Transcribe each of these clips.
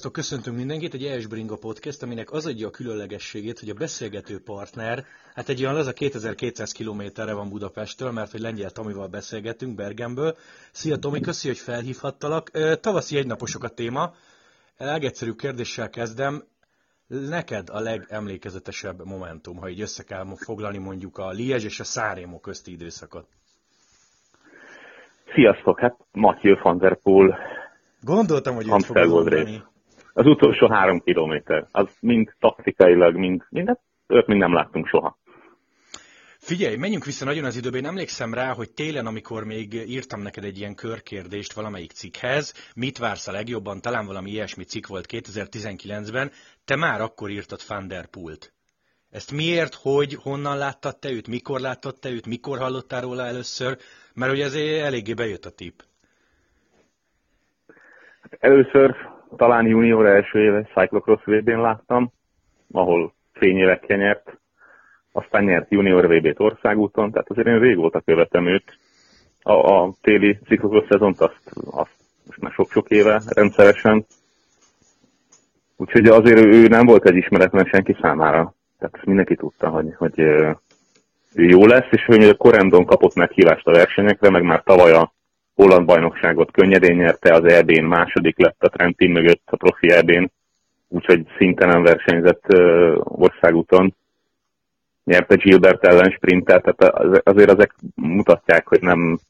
Sziasztok, köszöntünk mindenkit, egy ES Bringa Podcast, aminek az adja a különlegességét, hogy a beszélgető partner, hát egy olyan laza 2200 kilométerre van Budapesttől, mert hogy Lengyel Tomival beszélgetünk Bergenből. Szia Tomi, köszi, hogy felhívhattalak. Tavaszi egynaposok a téma. Legegyszerűbb kérdéssel kezdem. Neked a legemlékezetesebb momentum, ha így össze kell foglalni mondjuk a Liège és a Sanremo közti időszakot? Sziasztok, hát Mathieu van der Poel. Gondoltam, hogy őt fogod mondani. Az utolsó 3 kilométer, az mind taktikailag, őt mind nem láttunk soha. Figyelj, menjünk vissza nagyon az időben. Én emlékszem rá, hogy télen, amikor még írtam neked egy ilyen körkérdést valamelyik cikkhez, mit vársz a legjobban, talán valami ilyesmi cikk volt 2019-ben, te már akkor írtad Van der Poelt. Ezt miért, hogy, honnan láttad te őt, mikor láttad te őt, mikor hallottál róla először? Mert ugye azért eléggé bejött a tipp. Először talán junior első éve cyclocross VB-n láttam, ahol fényévekkel nyert, aztán nyert junior VB-t országúton, tehát azért én régóta követem őt. A téli cyclocross szezont azt most már sok-sok éve rendszeresen. Úgyhogy azért ő nem volt egy ismeretlen senki számára. Tehát mindenki tudta, hogy ő jó lesz, és hogy a Corendon kapott meghívást a versenyekre, meg már tavaly a holland bajnokságot könnyedén nyerte, az EB-n második lett a Trentin mögött a profi EB-n, úgyhogy szinte nem versenyzett országúton. Nyerte Gilbert ellen sprintet, tehát azért ezek mutatják, hogy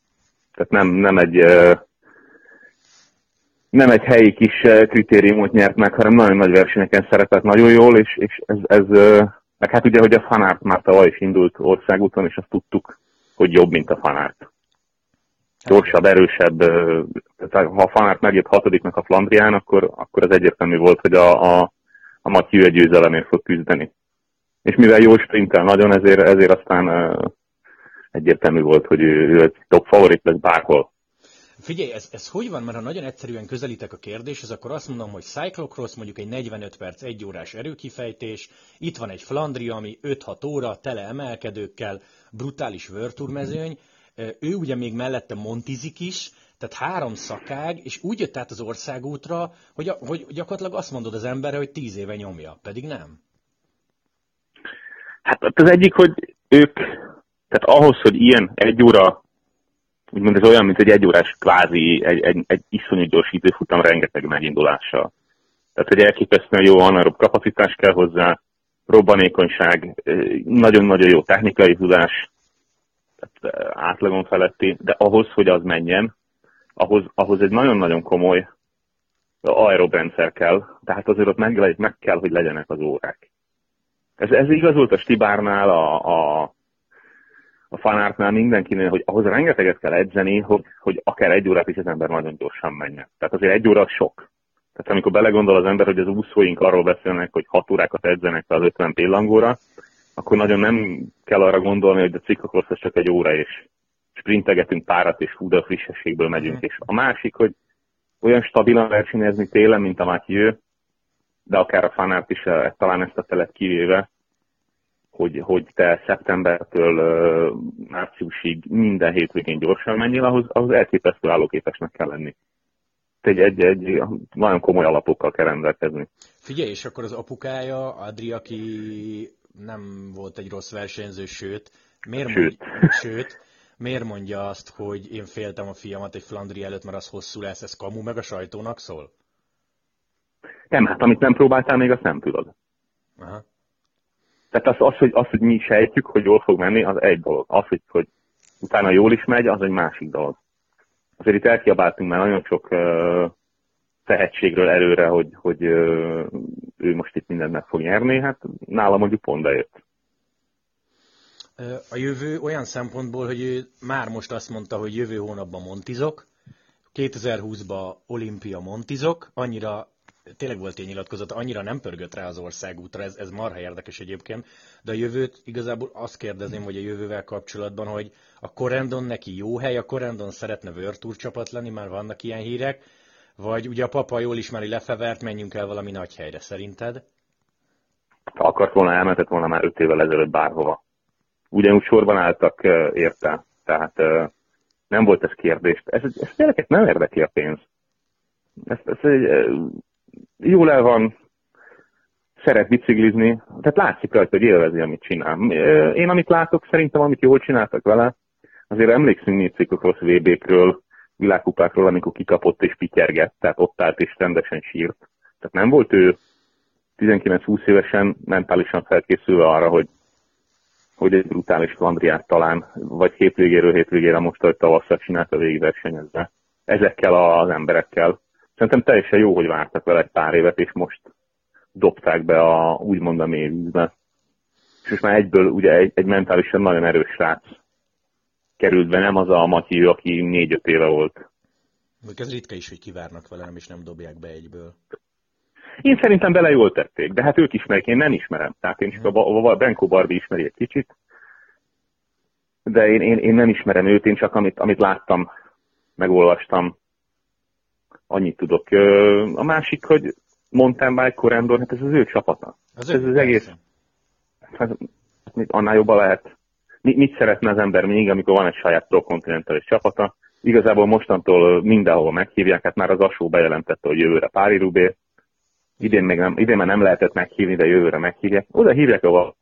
nem egy helyi kis kritériumot nyert meg, hanem nagyon nagy versenyeken szerepelt nagyon jól, és ez meg hát ugye, hogy a Van Aert már tavaly is indult országúton, és azt tudtuk, hogy jobb, mint a Van Aert. Gyorsabb, erősebb, tehát ha a Van Aert megjött 6-nak a Flandrián, akkor az egyértelmű volt, hogy a Mathieu egy győzelemért fog küzdeni. És mivel jól sprintel nagyon, ezért aztán egyértelmű volt, hogy ő egy top favorit lesz bárhol. Figyelj, ez hogy van? Mert ha nagyon egyszerűen közelítek a kérdéshez, akkor azt mondom, hogy cyclocross, mondjuk egy 45 perc, 1 órás erőkifejtés, itt van egy Flandria, ami 5-6 óra, tele emelkedőkkel, brutális World Tour mezőny, ő ugye még mellette montizik is, tehát 3 szakág, és úgy jött át az országútra, hogy gyakorlatilag azt mondod az emberre, hogy 10 éve nyomja, pedig nem. Hát az egyik, hogy ők, tehát ahhoz, hogy ilyen 1 óra, úgymond ez olyan, mint egy 1 órás kvázi, egy iszonyú gyors időfutam rengeteg megindulással. Tehát, hogy elképesztően jó anaerob kapacitás kell hozzá, robbanékonyság, nagyon-nagyon jó technikai tudás, tehát átlagon feletti, de ahhoz, hogy az menjen, ahhoz egy nagyon-nagyon komoly aerob rendszer kell, tehát azért ott meg kell, hogy legyenek az órák. Ez igaz volt a Stibárnál, a Van Aertnál, mindenkinél, hogy ahhoz rengeteget kell edzeni, hogy akár 1 órát is az ember nagyon gyorsan menjen. Tehát azért 1 óra sok. Tehát amikor belegondol az ember, hogy az úszóink arról beszélnek, hogy 6 órákat edzenek az 50 pillangóra, akkor nagyon nem kell arra gondolni, hogy a cyclocross az csak 1 óra, és sprintegetünk párat, és hú, de a frissességből megyünk. És a másik, hogy olyan stabilan versenyezni télen, mint a Mathieu, de akár a Van Aert is talán ezt a telet kivéve, hogy te szeptembertől márciusig minden hétvégén gyorsan menjél, ahhoz elképesztő állóképesnek kell lenni. Egy nagyon komoly alapokkal kell rendelkezni. Figyelj, és akkor az apukája, Adri, aki nem volt egy rossz versenyző, miért mondja azt, hogy én féltem a fiamat egy Flandria előtt, mert az hosszú lesz, ez kamu, meg a sajtónak szól? Nem, hát amit nem próbáltál még, azt nem tudod. Aha. Tehát hogy mi sejtjük, hogy jól fog menni, az egy dolog. Az, hogy utána jól is megy, az egy másik dolog. Azért itt elkiabáltunk már nagyon sok tehetségről előre, hogy ő most itt mindent meg fog nyerni, hát nálam mondjuk pont bejött. A jövő olyan szempontból, hogy ő már most azt mondta, hogy jövő hónapban montizok, 2020-ban olimpia montizok, annyira tényleg volt egy nyilatkozat, annyira nem pörgött rá az országútra, ez marha érdekes egyébként, de a jövőt igazából azt kérdezném, hogy a jövővel kapcsolatban, hogy a Corendon neki jó hely, a Corendon szeretne World Tour csapat lenni, már vannak ilyen hírek, vagy ugye a papa jól ismeri Lefevert, menjünk el valami nagy helyre, szerinted? Ha akart volna, elmentett volna már 5 évvel ezelőtt bárhova. Ugyanúgy sorban álltak érte, tehát nem volt ez kérdés. Ez gyerekek nem érdekli a pénz. jól el van, szeret biciklizni, tehát látszik rajta, hogy élvezi, amit csinál. Én amit látok, szerintem, amit jól csináltak vele, azért emlékszünk mi Cyclocross VB-kről, világkupákról, amikor kikapott és pityergett, tehát ott állt és rendesen sírt. Tehát nem volt ő 19-20 évesen mentálisan felkészülve arra, hogy egy brutális Flandriát talán, vagy hétvégére most, hogy tavasszal csinálta végigversenyezve. Ezekkel az emberekkel. Szerintem teljesen jó, hogy vártak vele egy pár évet, és most dobták be úgymond a mélyvízbe. És most már egyből ugye egy mentálisan nagyon erős srác került be, nem az a Matyi, aki 4-5 éve volt. Ez ritka is, hogy kivárnak vele, és nem dobják be egyből. Én szerintem bele jól tették, de hát ők ismerik, én nem ismerem. Tehát én csak a Benko Barbie ismeri egy kicsit, de én nem ismerem őt, én csak amit láttam, megolvastam, annyit tudok. A másik, hogy Mountain Bike Corendon, hát ez az ő csapata. Ez az egész. Hát, annál jobban lehet. Mit szeretne az ember még, amikor van egy saját pro-kontinentális csapata? Igazából mostantól mindenhol meghívják, hát már az Asó bejelentette, hogy jövőre Paris-Roubaix. Idén már nem lehetett meghívni, de jövőre meghívják. Oda hívják a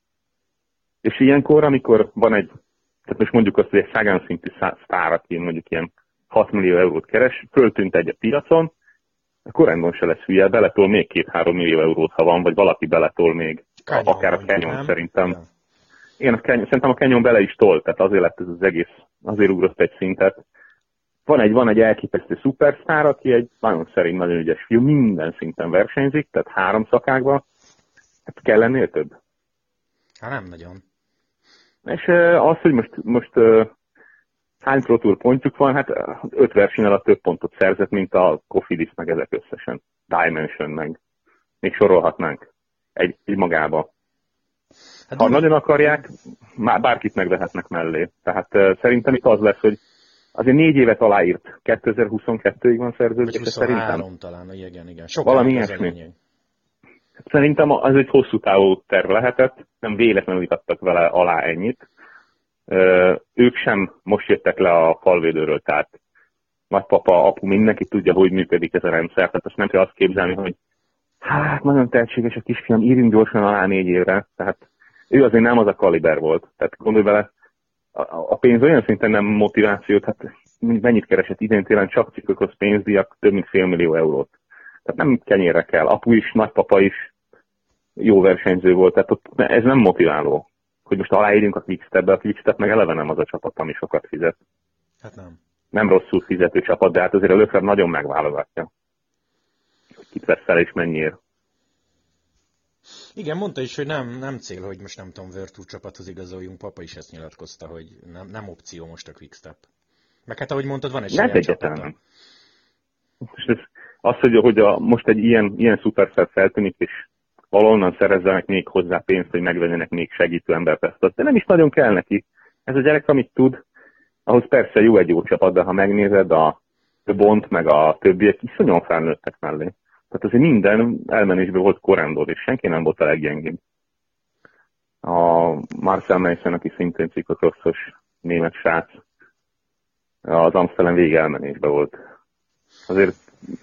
és ilyenkor, amikor van tehát most mondjuk azt, hogy egy Sagan szintű sztár, aki mondjuk ilyen 6 millió eurót keres, föltűnt egy a piacon, a Corendon se lesz hülye, beletol még 2-3 millió eurót, ha van, vagy valaki beletol még, akár a Canyon szerintem. Szerintem a Canyon bele is tolt, tehát azért lett ez az egész, azért ugrott egy szintet. Van egy elképesztő szupersztár, aki egy nagyon szerint, nagyon ügyes fiú, minden szinten versenyzik, tehát 3 szakákban. Hát kell ennél több? Hát nem nagyon. És az, hogy most hány Pro Tour pontjuk van, hát 5 verseny alatt több pontot szerzett, mint a Cofidis meg ezek összesen. Dimension meg. Még sorolhatnánk egy magába. Hát ha nagyon akarják, már bárkit megvehetnek mellé. Tehát szerintem itt az lesz, hogy azért 4 évet aláírt. 2022-ig van szerződés, szerintem. Talán, igen. Valami ilyesmi. Szerintem az egy hosszú távú terv lehetett, nem véletlenül adtak vele alá ennyit. Ők sem most jöttek le a falvédőről, tehát nagypapa, apu, mindenki tudja, hogy működik ez a rendszer, tehát azt nem kell azt képzelni, hogy hát nagyon tehetséges a kisfiam, írjunk gyorsan alá 4 évre, tehát ő azért nem az a kaliber volt, tehát gondolj vele, a pénz olyan szinten nem motivációt, hát mennyit keresett idén télen csak Cyclocross pénzdíjak, több mint $500 000 eurót. Tehát nem kenyérre kell, apu is, nagypapa is jó versenyző volt, tehát ott ez nem motiváló, hogy most aláírjunk a Quickstep-be, a Quickstep meg eleve nem az a csapat, ami sokat fizet. Hát nem. Nem rosszul fizető csapat, de hát azért a Lefebvre nagyon megválogatja, hogy kit vesz fel és mennyiért. Igen, mondta is, hogy nem cél, hogy most nem tudom, Virtu csapathoz igazoljunk, papa is ezt nyilatkozta, hogy nem opció most a Quickstep. Meg hát ahogy mondtad, van egy saját csapata. Az, hogy most egy ilyen szuperstar feltűnik, és valahonnan szerezzenek még hozzá pénzt, hogy megvegyenek még segítő embert, de nem is nagyon kell neki. Ez a gyerek, amit tud, ahhoz persze jó egy jó csapat, de ha megnézed a Bont, meg a többiek, iszonyan felnőttek mellé. Tehát azért minden elmenésben volt Corendon, és senki nem volt a leggyengébb. A Marcel Meissen, aki szintén Cyclocrossos német srác, az Amsterdam végig elmenésben volt. Azért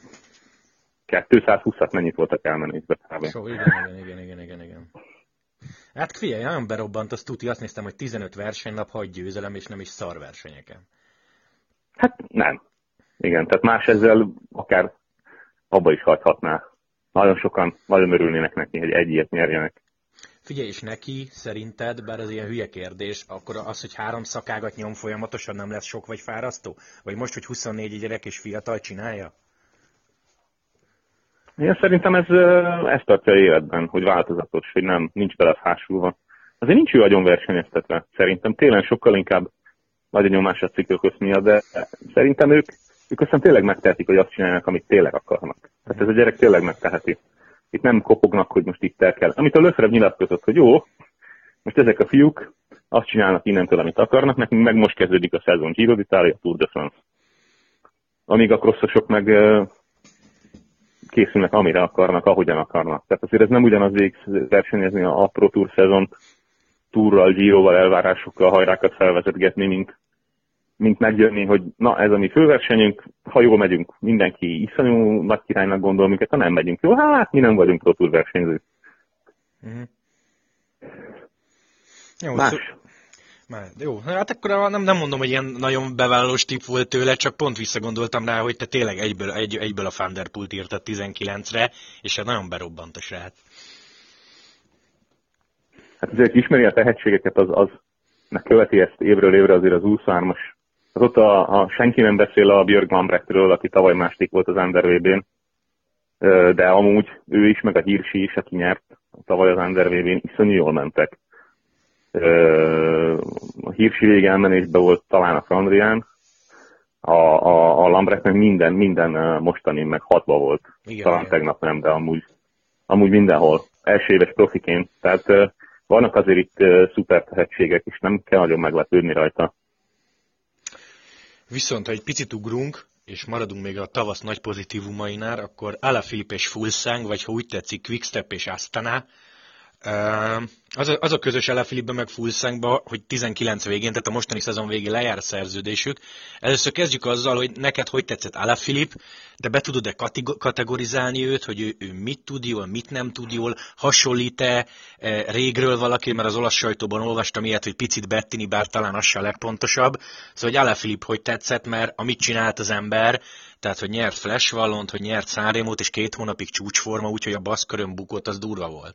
220-at mennyit voltak elmenésben? Igen. Hát figyelj, nagyon berobbant, azt tuti, azt néztem, hogy 15 versenynap, hagy győzelem, és nem is szar versenyeken. Hát nem. Igen, tehát más ezzel akár abba is hagyhatná. Nagyon sokan nagyon örülnének neki, hogy egy ilyet nyerjenek. Figyelj, és neki szerinted, bár ez ilyen hülye kérdés, akkor az, hogy 3 szakágat nyom folyamatosan nem lesz sok vagy fárasztó? Vagy most, hogy 24 gyerek és fiatal csinálja? Én szerintem ez tartja életben, hogy változatos, hogy nincs belefásulva. Azért nincs ő agyon versenyeztetve. Szerintem télen sokkal inkább nagy a nyomás a Cyclocross miatt, de szerintem ők aztán tényleg megtehetik, hogy azt csinálják, amit tényleg akarnak. Tehát ez a gyerek tényleg megteheti. Itt nem kopognak, hogy most itt el kell. Amit a Lefebvre nyilatkozott, hogy jó, most ezek a fiúk azt csinálnak innentől, amit akarnak, nekünk meg most kezdődik a szezon, Giro d'Italia, Tour de France. Amíg a crossosok meg készülnek, amire akarnak, ahogyan akarnak. Tehát azért ez nem ugyanaz versenyezni a Pro Tour szezont, túrral, Giroval, elvárásokkal, hajrákat felvezetgetni, mint mint megjönni, hogy na ez a mi főversenyünk, ha jól megyünk, mindenki iszonyú nagy királynak gondol minket, ha nem megyünk jól, hát mi nem vagyunk Pro Tour versenyzők. Uh-huh. Jó, Más. Jó, hát akkor nem mondom, hogy ilyen nagyon bevállalós tipp volt tőle, csak pont visszagondoltam rá, hogy te tényleg egyből a Van der Poelt írtad 19-re, és hát nagyon berobbant a srác. Hát azért ismeri a tehetségeket, az követi ezt évről évre azért az 23-as. Azóta senki nem beszél a Björg Lambrechtről, aki tavaly második volt az Under VB-n, de amúgy ő is, meg a Hirschi is, aki nyert tavaly az Under VB-n, iszonyú jól mentek. A Hirschi végelmenésben volt talán a Flandrián, a Lambrecht meg minden mostani meg 6-ba volt. Igen, talán igen. Tegnap nem, de amúgy mindenhol. Első éves profiként. Tehát vannak azért itt szuper tehetségek, és nem kell nagyon meglepődni rajta. Viszont, ha egy picit ugrunk, és maradunk még a tavasz nagy pozitívumainál, akkor Alaphilippe és Fuglsang, vagy ha úgy tetszik, Quickstep és Astana. Az a közös Alaphilippe meg Fuglsangban, hogy 19 végén, tehát a mostani szezon végén lejár a szerződésük. Először kezdjük azzal, hogy neked hogy tetszett Alaphilippe, de be tudod-e kategorizálni őt, hogy ő mit tud jól, mit nem tud jól, hasonlít-e régről valaki, mert az olasz sajtóban olvastam ilyet, hogy picit Bettini, bár talán az se a legpontosabb. Szóval, hogy Alaphilippe hogy tetszett, mert amit csinált az ember, tehát, hogy nyert Flash Wallont, hogy nyert Sanremót, és 2 hónapig csúcsforma, úgyhogy a baszkörön bukott, az durva volt.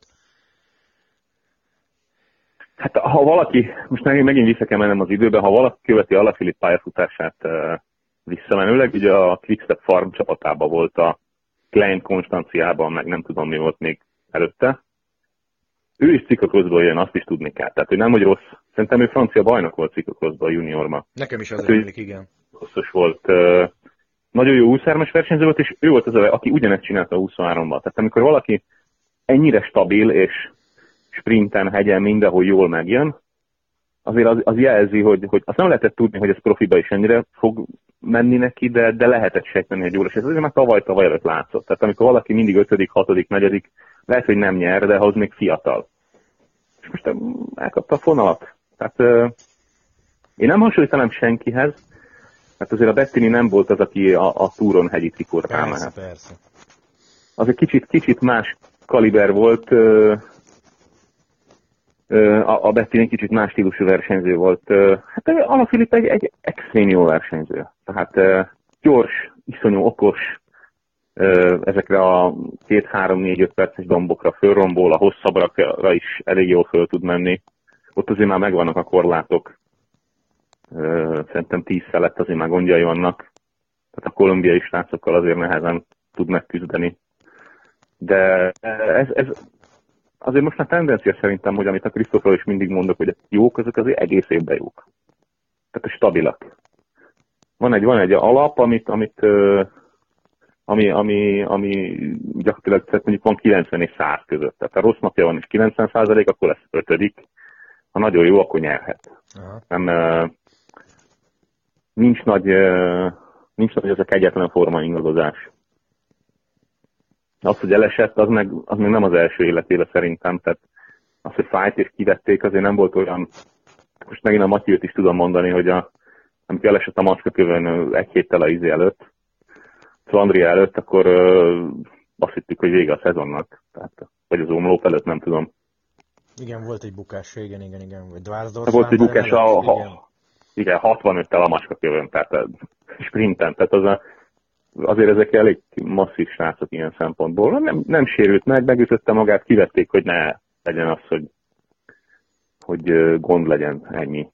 Hát ha valaki, most megint vissza kell mennem az időben, ha valaki követi Alaphilippe pályafutását visszamenőleg, ugye a Quickstep Farm csapatában volt a Klein Konstanciában, meg nem tudom mi volt még előtte. Ő is ciklokroszból jön, azt is tudni kell. Tehát, hogy nem, hogy rossz. Szerintem ő francia bajnok volt ciklokroszban a juniorban. Nekem is az emlék, igen. Rosszos volt. Nagyon jó 23-as versenyző volt, és ő volt az, aki ugyanezt csinálta a 23-ban. Tehát amikor valaki ennyire stabil, és sprinten, hegyen, mindenhol jól megjön, azért az jelzi, hogy azt nem lehetett tudni, hogy ez profiba is ennyire fog menni neki, de lehetett sejteni, hogy jól, és ez azért már tavaly előtt látszott. Tehát amikor valaki mindig 5., 6., 4., lehet, hogy nem nyer, de az még fiatal. És most elkapta a fonalat. Tehát én nem hasonlítanám senkihez, mert azért a Bettini nem volt az, aki a túron hegyi trikóra rámehet. Persze. Az egy kicsit más kaliber volt, a Bettini kicsit más stílusú versenyző volt. Hát Alaphilippe egy extrém jó versenyző. Tehát gyors, iszonyú okos, ezekre a 2-3-4-5 perces dombokra fölrombol, a hosszabbra is elég jól föl tud menni. Ott azért már megvannak a korlátok. Szerintem 10 felett azért már gondjai vannak. Tehát a kolumbiai srácokkal azért nehezen tud megküzdeni. De ez azért most már tendencia szerintem, hogy amit a Krisztófról is mindig mondok, hogy a jók, azok azért egész évben jók. Tehát a stabilak. Van egy alap, ami gyakorlatilag mondjuk van 90 és 100 között. Tehát ha rossz napja van és 90%, akkor lesz 5. Ha nagyon jó, akkor nyerhet. Nem, nincs nagy ez a kegyetlen forma ingadozás. Az, hogy elesett, az meg nem az első életébe szerintem, tehát az, hogy fájt és kivették, azért nem volt olyan, most megint a Matyőt is tudom mondani, hogy amikor elesett a macskakövön 1 héttel a előtt, Flandria előtt, akkor azt hittük, hogy vége a szezonnak, tehát, vagy az omlóp előtt, nem tudom. Igen, volt egy bukás, igen, vagy Dvársdorf. Volt egy bukás, igen, 65-tel a macskakövön, tehát sprinten, tehát azért ezek elég masszív srácok ilyen szempontból. Nem sérült meg, megütötte magát, kivették, hogy ne legyen az, hogy gond legyen, ennyi.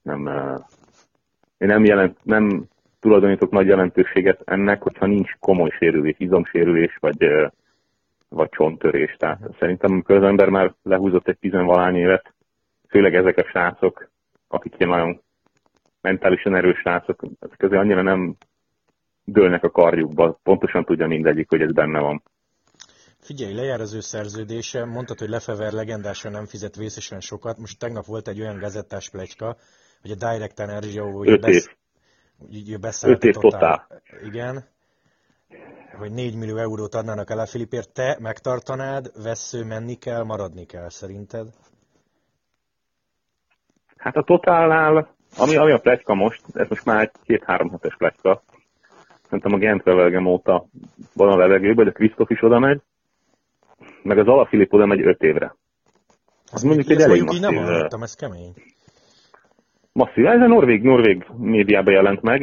Én nem tulajdonítok nagy jelentőséget ennek, hogyha nincs komoly sérülés, izomsérülés, vagy csonttörés. Tehát szerintem, amikor az ember már lehúzott egy 10-valány évet, főleg ezek a srácok, akik ilyen nagyon mentálisan erős srácok, ezek azért annyira nem dőlnek a karjukba, pontosan tudja mindegyik, hogy ez benne van. Figyelj, lejár az ő szerződése, mondtad, hogy Lefever legendásan nem fizet vészesen sokat, most tegnap volt egy olyan gazettás pletyka, hogy a Direct Energy, hogy beszállt 5 év totál. Igen, hogy 4 millió eurót adnának el a Filipért, te megtartanád, Vessző menni kell, maradni kell, szerinted? Hát a totálnál Ami a pletyka most, ez most már egy 2-3 hetes pletyka. Szerintem a Gent-Wevelgem óta van a levegőben, de Krisztof is oda megy, meg az Alaphilipp oda megy 5 évre. Az mondjuk egy elég masszív. Nem hallottam, ez kemény. Masszív, ez a norvég médiában jelent meg.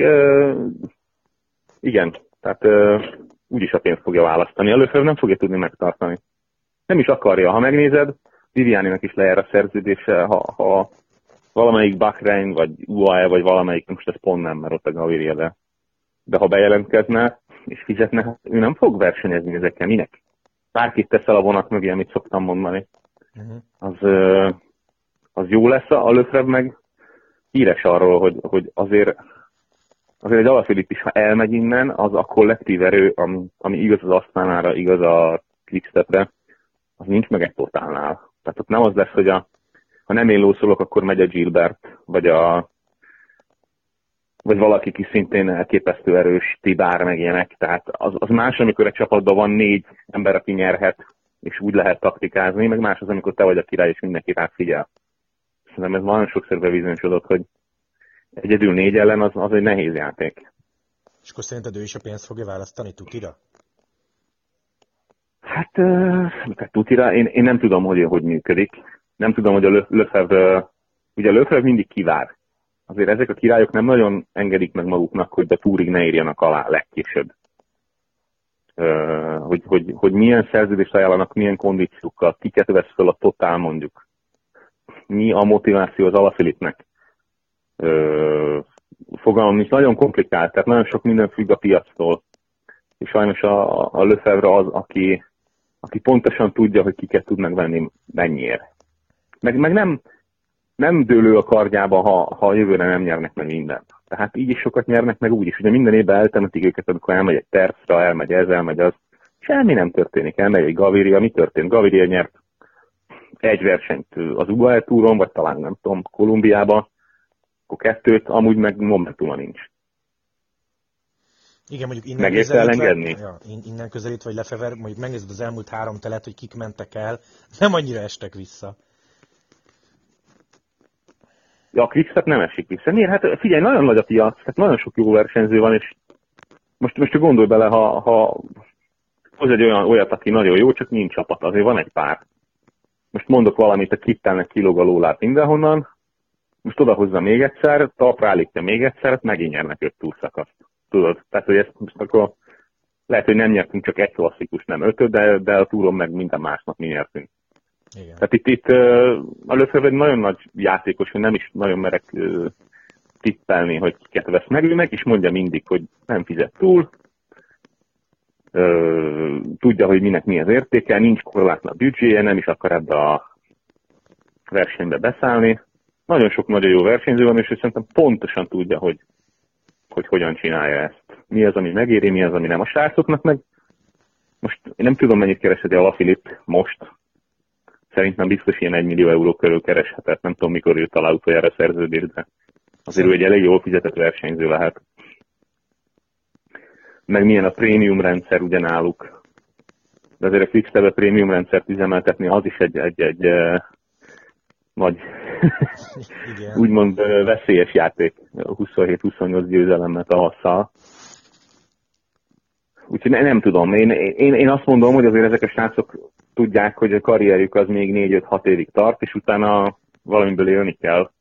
Igen, tehát úgyis a pénzt fogja választani. Először nem fogja tudni megtartani. Nem is akarja. Ha megnézed, Vivianinak is lejár a szerződése, ha valamelyik Bahrein, vagy UAE, vagy valamelyik, most ez pont nem, mert ott a Gaviria, de ha bejelentkezne, és fizetne, ő nem fog versenyezni ezekkel. Minek? Bárkit teszel a vonat mögé, amit szoktam mondani. Az jó lesz, a Löfrev meg híres arról, hogy azért egy Alaphilipp is, ha elmegy innen, az a kollektív erő, ami igaz az Asztánára, igaz a Quickstepre, az nincs meg egy Totálnál. Tehát ott nem az lesz, hogy ha nem én lószolok, akkor megy a Gilbert, vagy valaki, aki szintén elképesztő erős, Tibár, meg ilyenek. Tehát az más, amikor egy csapatban van 4 ember, aki nyerhet, és úgy lehet taktikázni, meg más az, amikor te vagy a király, és mindenki rád figyel. Szerintem ez nagyon sokszor bebizonyosodott, hogy egyedül 4 ellen az egy nehéz játék. És akkor szerinted ő is a pénzt fogja választani tutira? Hát tutira, én nem tudom, hogy működik. Nem tudom, hogy a Löfrev mindig kivár. Azért ezek a királyok nem nagyon engedik meg maguknak, hogy a túrig ne írjanak alá legkésőbb. Hogy milyen szerződést ajánlanak, milyen kondíciókkal, kiket vesz fel a Totál mondjuk. Mi a motiváció az Alaphilippnek? Fogalmam nincs, nagyon komplikált, tehát nagyon sok minden függ a piactól. És sajnos a Lefebvre az, aki pontosan tudja, hogy kiket tud megvenni mennyiért. Meg nem dőlő a kardjába, ha a jövőre nem nyernek meg mindent. Tehát így is sokat nyernek, meg úgy is. Ugye minden évben eltemetik őket, amikor elmegy egy tercra, elmegy ez, elmegy az. Semmi nem történik. Elmegy egy Gaviria. Mi történt? Gaviria nyert egy versenyt az UAE túron, vagy talán nem tudom, Kolumbiába, akkor 2, amúgy meg momentuma nincs. Igen, mondjuk innen közelítve, vagy Lefebvre, mondjuk megnézed az elmúlt 3 telet, hogy kik mentek el, nem annyira estek vissza. Ja, a Quickstep nem esik vissza. Miért? Hát figyelj, nagyon nagy a piac, tehát nagyon sok jó versenyző van, és most csak gondolj bele, ha hoz egy olyat, aki nagyon jó, csak nincs csapat, azért van egy pár. Most mondok valamit, a Kittelnek kilóg a lólát mindenhonnan, most odahozza még egyszer, talpra állítja még egyszer, megint nyernek 5 túrszakaszt. Tudod? Tehát, hogy ezt most akkor lehet, hogy nem nyertünk csak egy klasszikus, nem 5, de a túron meg minden másnap mi nyertünk. Igen. Tehát itt először egy nagyon nagy játékos, hogy nem is nagyon merek tippelni, hogy kiket vesz meg, ő meg is mondja mindig, hogy nem fizet túl, tudja, hogy minek mi az értéke, nincs korlátlan büdzséje, nem is akar ebbe a versenybe beszállni. Nagyon sok nagyon jó versenyző van, és ő szerintem pontosan tudja, hogy hogyan csinálja ezt. Mi az, ami megéri, mi az, ami nem. A srácoknak meg most én nem tudom, mennyit keresett Alaphilipp most. Szerintem biztos ilyen 1 millió euró körül kereshetett. Nem tudom, mikor jött alá utoljára szerződést, de azért ő egy elég jól fizetett versenyző lehet. Meg milyen a prémium rendszer ugyanáluk. De azért a Quickstep prémium rendszert üzemeltetni, az is egy nagy, úgymond veszélyes játék. 27-28 győzelemmel tavasszal. Úgyhogy nem tudom. Én azt mondom, hogy azért ezek a srácok tudják, hogy a karrierjük az még 4-5-6 évig tart, és utána valamiből élni kell.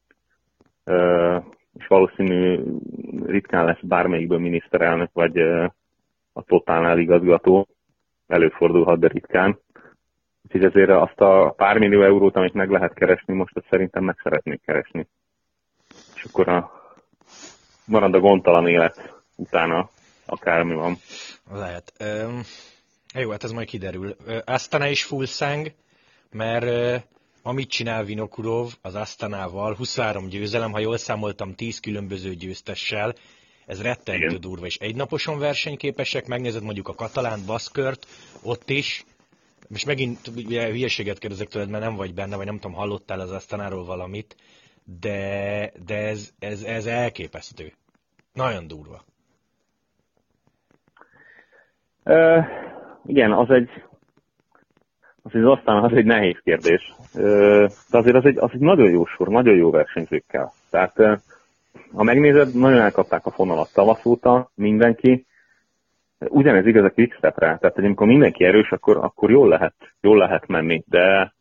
És valószínű ritkán lesz bármelyikből miniszterelnök, vagy a Totálnál igazgató. Előfordulhat, de ritkán. Úgyhogy ezért azt a pár millió eurót, amit meg lehet keresni, most azt szerintem meg szeretnék keresni. És akkor marad a gondtalan élet utána, akármi van. Lehet. Jó, hát ez majd kiderül. Astana is full szeng, mert amit csinál Vinokurov az Astanával, 23 győzelem, ha jól számoltam, 10 különböző győztessel, ez rettentő durva, és egynaposon versenyképesek, megnézed mondjuk a katalán baszkört, ott is, most megint hülyeséget kérdezek tőled, mert nem vagy benne, vagy nem tudom, hallottál az Astanáról valamit, de ez elképesztő. Nagyon durva. Igen, az aztán az egy nehéz kérdés. De azért az egy nagyon jó sor, nagyon jó versenyzőkkel. Tehát ha megnézed, nagyon elkapták a fonalat tavasz óta mindenki. Ugyanez igaz a Quickstepre, tehát hogy amikor mindenki erős, akkor jól lehet menni, de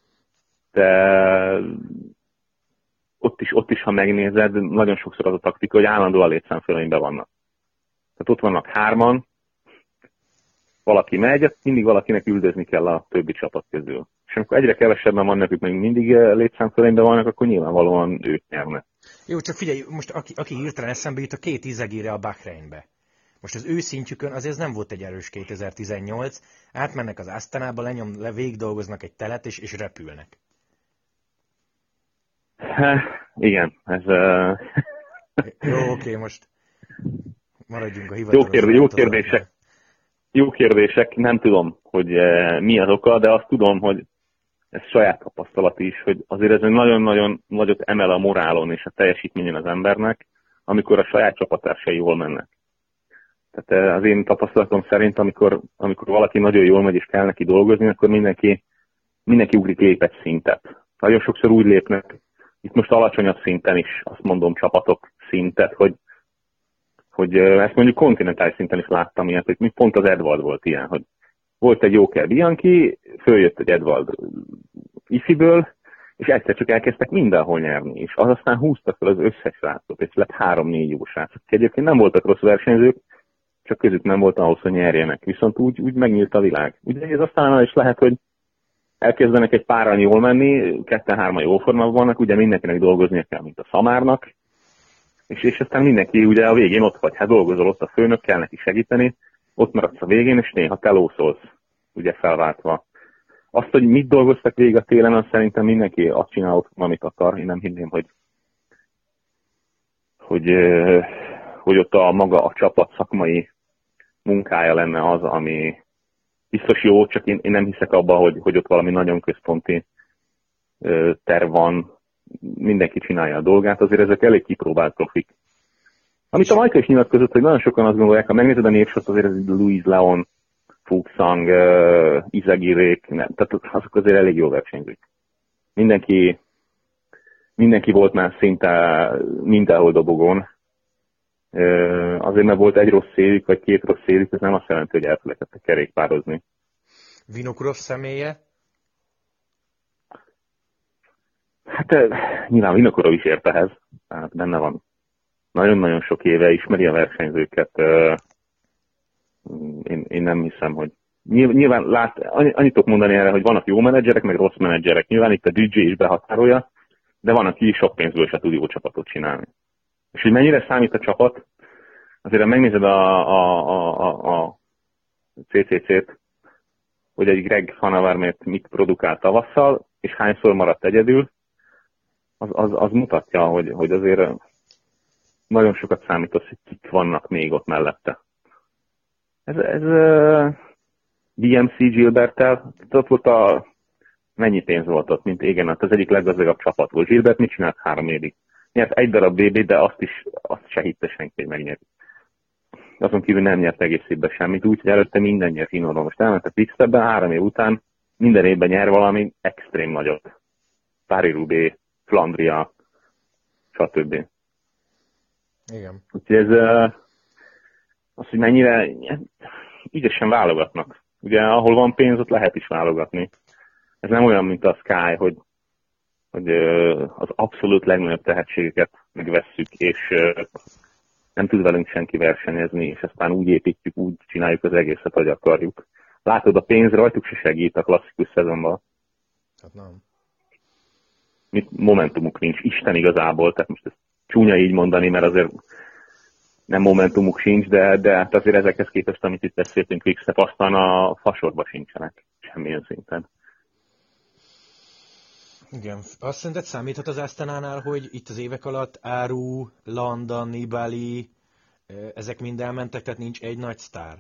ott is, ha megnézed, nagyon sokszor az a taktika, hogy állandóan létszámfölényben vannak. Tehát ott vannak hárman, valaki megy, mindig valakinek üldözni kell a többi csapat közül. És amikor egyre kevesebben vannak, ők még mindig létszámfölényben vannak, akkor nyilvánvalóan ők nyernek. Jó, csak figyelj, most aki hirtelen eszembe jut, a 2 Izagirre a Bahreinbe. Most az ő szintjükön azért ez nem volt egy erős 2018, átmennek az Astanába, végigdolgoznak egy telet és repülnek. Igen, ez... Jó, oké, most maradjunk a hivatalos. Jó kérdések, nem tudom, hogy mi az oka, de azt tudom, hogy ez saját tapasztalat is, hogy azért ez nagyon-nagyon nagyot emel a morálon és a teljesítményen az embernek, amikor a saját csapattársai jól mennek. Tehát az én tapasztalatom szerint, amikor valaki nagyon jól megy és kell neki dolgozni, akkor mindenki ugrik lépett szintet. Nagyon sokszor úgy lépnek, itt most alacsonyabb szinten is, azt mondom, csapatok szintet, hogy ezt mondjuk kontinentális szinten is láttam ilyet, hogy pont az Edvald volt ilyen, hogy volt egy Joker Bianchi, följött egy Edvald ifiből, és egyszer csak elkezdtek mindenhol nyerni, és az aztán húzta fel az összes srácot, és lett 3-4 jó srácok. Egyébként nem voltak rossz versenyzők, csak közük nem volt ahhoz, hogy nyerjenek. Viszont úgy megnyílt a világ. Ugye ez aztán is lehet, hogy elkezdenek egy páran jól menni, 2-3 jó formában vannak, ugye mindenkinek dolgoznia kell, mint a szamárnak, és aztán mindenki ugye a végén ott vagy, hát dolgozol ott a főnök, kell neki segíteni, ott maradsz a végén, és néha te lószolsz, ugye felváltva. Azt, hogy mit dolgoztak végig a télen, az szerintem mindenki azt csinál ott, amit akar. Én nem hinném, hogy ott a csapat szakmai munkája lenne az, ami biztos jó, csak én nem hiszek abba, hogy ott valami nagyon központi terv van, mindenki csinálja a dolgát, azért ezek elég kipróbált profik. Amit a Majka is nyilatkozott, hogy nagyon sokan azt gondolják, ha megnézed a névsort, azért ez Louis Leon, Fuglsang, Izagirék, tehát azok azért elég jó versenyzők. Mindenki volt már szinte mindenhol dobogón. Azért, mert volt egy rossz szélük, vagy 2 rossz szélük, ez nem azt jelenti, hogy elfelejtettek kerékpározni. Vinokurov személye? Hát nyilván Vinokurov is ért ehhez. Tehát benne van. Nagyon-nagyon sok éve ismeri a versenyzőket. Én nem hiszem, hogy... Nyilván annyit tudok mondani erre, hogy vannak jó menedzserek, meg rossz menedzserek. Nyilván itt a DJ is behatárolja, de van, aki sok pénzből se tud jó csapatot csinálni. És hogy mennyire számít a csapat, azért ha megnézed a CCC-t, hogy egy Greg Van Avermaet mit produkált tavasszal, és hányszor maradt egyedül, az mutatja, hogy azért nagyon sokat számít az, hogy kik vannak még ott mellette. Ez BMC Gilberttel, ott volt mennyi pénz volt ott, mint igen, hát az egyik leggazdagabb csapat volt. Gilbert mit csinált 3 évig? Nyert egy darab BB, de azt se hitte senki, hogy megnyert. Azon kívül nem nyert egész évben semmit, úgyhogy előtte minden nyert Inóra. Most elment a Quickstepben, 3 év után minden évben nyer valami extrém nagyot. Paris-Roubaix, Flandria, stb. Igen. Úgyhogy ez az, hogy mennyire ügyesen válogatnak. Ugye ahol van pénz, ott lehet is válogatni. Ez nem olyan, mint a Sky, hogy az abszolút legnagyobb tehetségeket megvesszük, és nem tud velünk senki versenyezni, és aztán úgy építjük, úgy csináljuk az egészet, hogy akarjuk. Látod, a pénz rajtuk se segít a klasszikus szezonban. Hát nem. Momentumuk nincs, Isten igazából, tehát most ezt csúnya így mondani, mert azért nem momentumuk sincs, de hát azért ezekhez képest, amit itt beszéltünk, Quickstep, aztán a fasorba sincsenek semmilyen szinten. Igen. Azt szerinted számíthat az Astanánál, hogy itt az évek alatt Áru, Landa, Nibali, ezek mind elmentek, tehát nincs egy nagy sztár?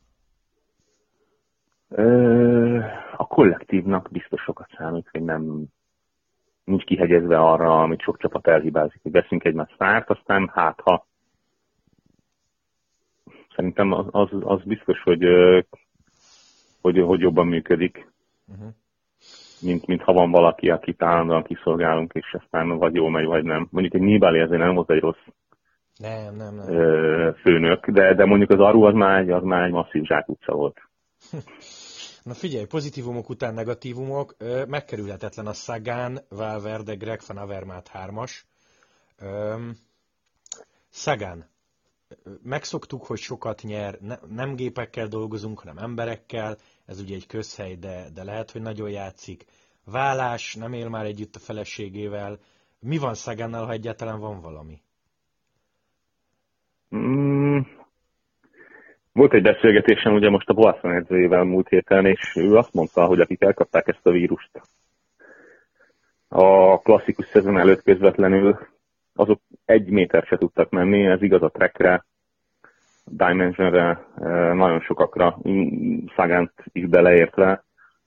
A kollektívnak biztos sokat számít, hogy nincs kihegyezve arra, amit sok csapat elhibázik, hogy veszünk egy nagy sztárt, aztán ha szerintem az biztos, hogy jobban működik. Uh-huh. mint ha van valaki, akit állandóan kiszolgálunk, és aztán vagy jól megy, vagy nem. Mondjuk egy Nibali azért nem volt egy rossz Nem. főnök, de mondjuk az Aru az már egy masszív zsákutca volt. Na figyelj, pozitívumok után negatívumok, megkerülhetetlen a Sagan, Valverde, Greg van Avermaet 3-as. Sagan, megszoktuk, hogy sokat nyer, nem gépekkel dolgozunk, hanem emberekkel, ez ugye egy közhely, de lehet, hogy nagyon játszik. Vállás, nem él már együtt a feleségével. Mi van Sagannal, ha egyáltalán van valami? Volt egy beszélgetésem ugye most a Boasson edzőjével múlt héten, és ő azt mondta, hogy akik elkapták ezt a vírust a klasszikus szezon előtt közvetlenül, azok 1 méter se tudtak menni, ez igaz a Trekre, Dimensionre, nagyon sokakra, Sagant is beleértve.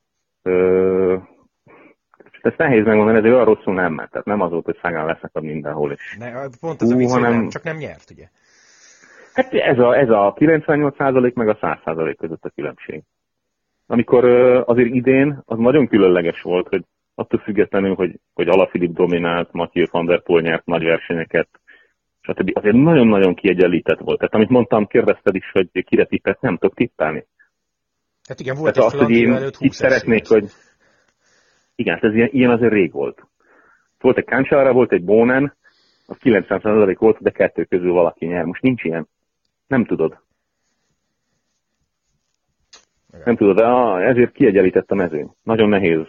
Ezt nehéz megmondani, ezért olyan rosszul nem ment. Tehát nem az volt, hogy Sagan leszakad mindenhol is. Pont az a vicc, hanem... csak nem nyert, ugye? Hát ez a 98% meg a 100% között a különbség. Amikor azért idén az nagyon különleges volt, hogy attól függetlenül, hogy Alaphilippe dominált, Mathieu van der Poel nyert nagy versenyeket, stb. Azért nagyon-nagyon kiegyenlített volt. Tehát amit mondtam, kérdezted is, hogy kire tippet, nem tudok tippelni. Hát igen, volt egy Flandria előtt 20 szeretnék, hogy... Igen, ez ilyen azért rég volt. Volt egy Cancellara, volt egy Bonen, az 90% volt, de 2 közül valaki nyer. Most nincs ilyen. Nem tudod. Igen. Nem tudod, ezért kiegyenlített a mezőny. Nagyon nehéz.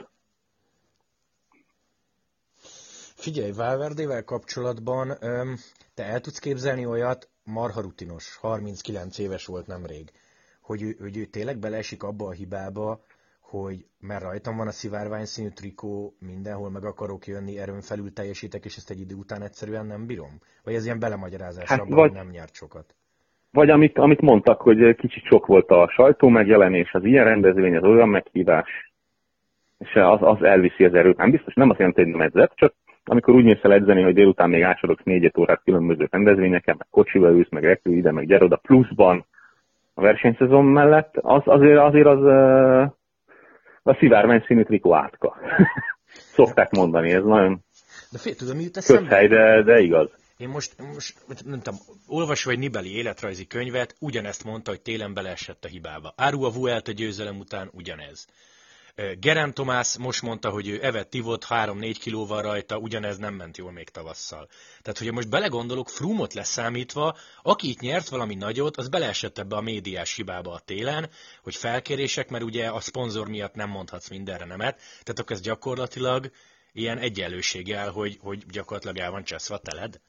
Figyelj, Valverdével kapcsolatban te el tudsz képzelni olyat, marha rutinos, 39 éves volt nemrég, hogy ő tényleg beleesik abba a hibába, hogy mert rajtam van a szivárványszínű trikó, mindenhol meg akarok jönni, erőn felül teljesítek, és ezt egy idő után egyszerűen nem bírom? Vagy ez ilyen belemagyarázás abban, hogy nem nyert sokat? Vagy amit mondtak, hogy kicsit sok volt a sajtó megjelenés, az ilyen rendezvény, az olyan meghívás, és az elviszi az erőt. Nem biztos, nem azt jelenti, hogy nem edzett, csak amikor úgy mész el edzeni, hogy délután még átsorogsz 4 órát különböző rendezvényeken, meg kocsival ülsz, meg repül ide, meg gyere oda, pluszban a versenyszezon mellett, azért az a szivárvány színű trikó átka. Szokták mondani, ez nagyon közhely, de igaz. Én most nem tudom, olvasva egy Nibali életrajzi könyvet, ugyanezt mondta, hogy télen beleesett a hibába. Áru a Vuelta győzelem után ugyanez. Geraint Thomas most mondta, hogy ő evett, ivott, 3-4 kilóval rajta, ugyanez nem ment jól még tavasszal. Tehát, hogyha most belegondolok, Froome-ot leszámítva, aki itt nyert valami nagyot, az beleesett ebbe a médiás hibába a télen, hogy felkérések, mert ugye a szponzor miatt nem mondhatsz mindenre nemet, tehát akkor ez gyakorlatilag ilyen egyenlőséggel, hogy gyakorlatilag el van cseszve teled?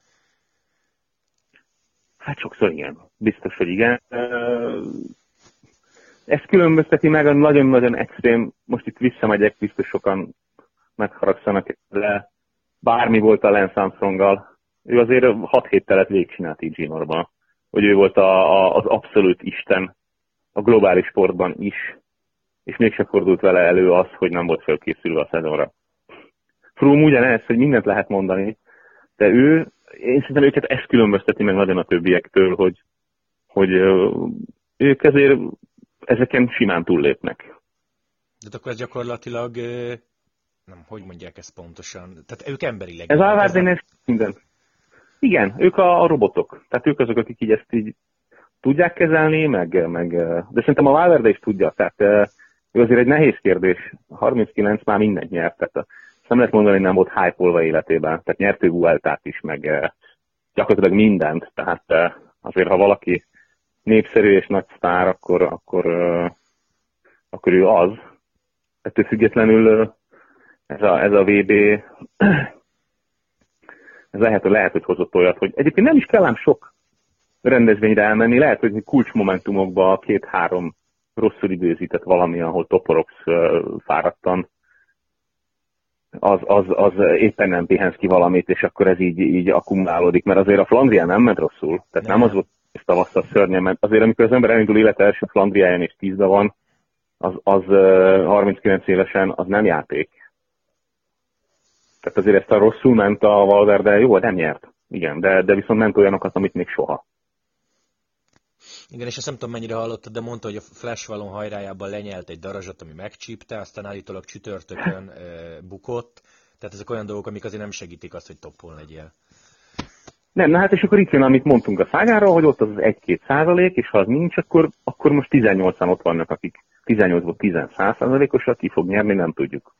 Hát sokszor igen. Biztos, hogy igen. Ez különbözteti meg a nagyon-nagyon extrém, most itt visszamegyek, biztos sokan megharagszanak, de bármi volt a Lance Armstronggal, ő azért 6 héttel lett végigcsinált így Ginorban, hogy ő volt az abszolút isten a globális sportban is, és mégsem fordult vele elő az, hogy nem volt felkészülve a szezonra. Froome ugyanez, hogy mindent lehet mondani, de én szerintem őket ez különbözteti meg nagyon a többiektől, hogy ők ezért ezeken simán túllépnek. De akkor ez gyakorlatilag, nem, hogy mondják ezt pontosan, tehát ők emberileg. Ez Valverde minden. Igen, ők a robotok. Tehát ők azok, akik így ezt így tudják kezelni, meg de szerintem a Valverde is tudja. Tehát ő azért egy nehéz kérdés. 39 már mindent nyert. Tehát nem lehet mondani, hogy nem volt hype-olva életében. Tehát nyert ő Vueltát is, meg gyakorlatilag mindent. Tehát azért, ha valaki népszerű és nagy sztár, akkor ő az. Ettől függetlenül ez a VB ez lehet, hogy hozott olyat, hogy egyébként nem is kell ám sok rendezvényre elmenni, lehet, hogy kulcsmomentumokban 2-3 rosszul időzített valami, ahol toporogsz fáradtan, az éppen nem pihensz ki valamit, és akkor ez így akkumulálódik, mert azért a Flandrián nem ment rosszul, tehát nem az volt, és tavasszal szörnyen ment. Azért amikor az ember elindul élet első Flandriáján és 10-ben van, az 39 évesen, az nem játék. Tehát azért ezt a rosszul ment a Valverde, jó, nem nyert. Igen, de viszont ment olyanokat, amit még soha. Igen, és ezt nem tudom mennyire hallottad, de mondta, hogy a Flash Valon hajrájában lenyelt egy darazsat, ami megcsípte, aztán állítólag csütörtökön bukott. Tehát ezek olyan dolgok, amik azért nem segítik azt, hogy toppon legyél. Nem, na hát és akkor itt jön, amit mondtunk a Szágáról, hogy ott az 1-2%, és ha az nincs, akkor most 18-an ott vannak, akik 18-ból 10%-osat ki fog nyerni, nem tudjuk.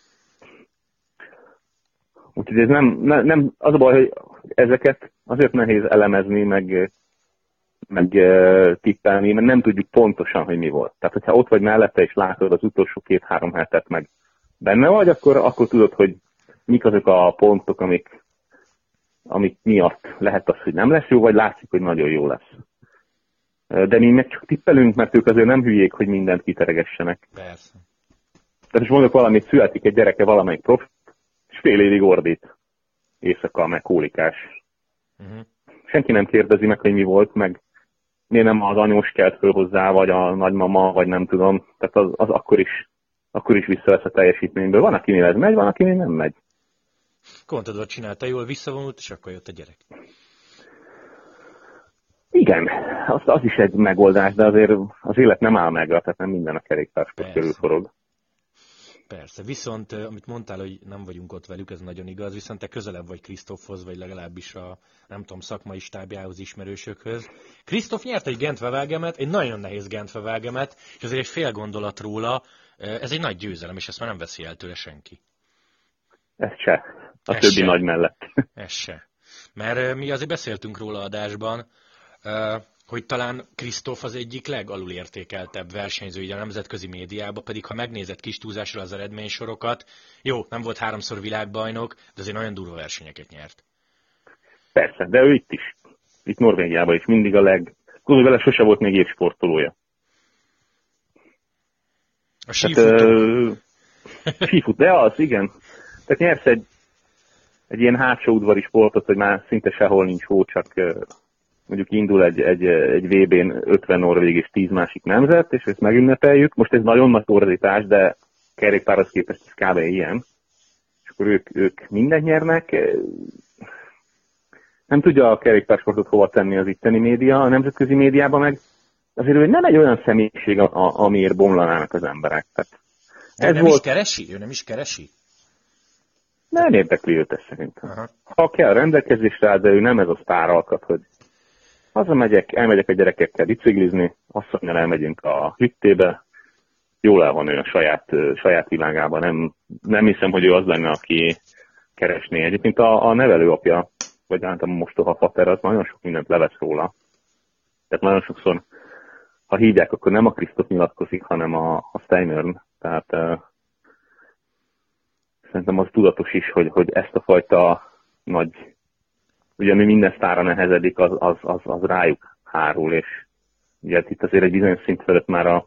Úgyhogy ez nem az a baj, hogy ezeket azért nehéz elemezni, meg tippelni, mert nem tudjuk pontosan, hogy mi volt. Tehát, hogyha ott vagy mellette, és látod az utolsó 2-3 hetet, meg benne vagy, akkor tudod, hogy mik azok a pontok, amik miatt lehet az, hogy nem lesz jó, vagy látszik, hogy nagyon jó lesz. De mi meg csak tippelünk, mert ők azért nem hülyék, hogy mindent kiteregessenek. Persze. Tehát most mondok valamit, születik egy gyereke valamelyik profi, és fél évig ordít. Éjszaka, meg kólikás. Senki nem kérdezi meg, hogy mi volt, meg miért nem az anyós kelt föl hozzá, vagy a nagymama, vagy nem tudom. Tehát az akkor is visszavesz a teljesítményből. Van, akinél ez megy, van, akinél nem megy. Contador csinálta jól, visszavonult, és akkor jött a gyerek. Igen, az is egy megoldás, de azért az élet nem áll meg, tehát nem minden a kerékpársport körül forog. Persze, viszont amit mondtál, hogy nem vagyunk ott velük, ez nagyon igaz, viszont te közelebb vagy Krisztófhoz, vagy legalábbis a, nem tudom, szakmai stábjához, ismerősökhöz. Krisztóf nyert egy Gent-Wevelgemet, egy nagyon nehéz Gent-Wevelgemet, és azért egy fél gondolat róla, ez egy nagy győzelem, és ezt már nem veszi el tőle senki. Ez se. A többi nagy mellett. Ez se. Mert mi azért beszéltünk róla adásban, hogy talán Krisztóf az egyik legalulértékeltebb versenyző így a nemzetközi médiában, pedig ha megnézed kis túlzásra az eredménysorokat, jó, nem volt 3-szor világbajnok, de azért nagyon durva versenyeket nyert. Persze, de ő itt is. Itt Norvégiában is mindig Gondolj vele, sose volt még évsportolója. A sífutó. Sífut, de az, igen. Tehát nyersz egy ilyen hátsó udvari sportot, hogy már szinte sehol nincs hó, csak mondjuk indul egy VB-n 50 norvég és 10 másik nemzet, és ezt megünnepeljük. Most ez nagyon nagy torzítás, de kerékpárhoz képest ez kb. Ilyen. És akkor ők mindent nyernek. Nem tudja a kerékpársportot hova tenni az itteni média, a nemzetközi médiában meg azért ő nem egy olyan személyiség, amiért bomlanának az emberek. Tehát ez nem volt... is keresi? Ő nem is keresi? Nem érdekli őt ez szerintem. Aha. Ha kell rendelkezésre áll, de ő nem ez a sztáralkat, hogy elmegyek a gyerekekkel biciklizni, asszonnyal elmegyünk a hüttébe, jól el van ő a saját világában. Nem hiszem, hogy ő az lenne, aki keresné. Egyébként a nevelőapja, vagy általában mostoha fater, az nagyon sok mindent levesz róla. Tehát nagyon sokszor, ha hívják, akkor nem a Krisztóf nyilatkozik, hanem a Steinörn. Tehát szerintem az tudatos is, hogy ezt a fajta nagy, ugye ami minden sztárra nehezedik, az rájuk hárul, és ugye itt azért egy bizonyos szint felett már a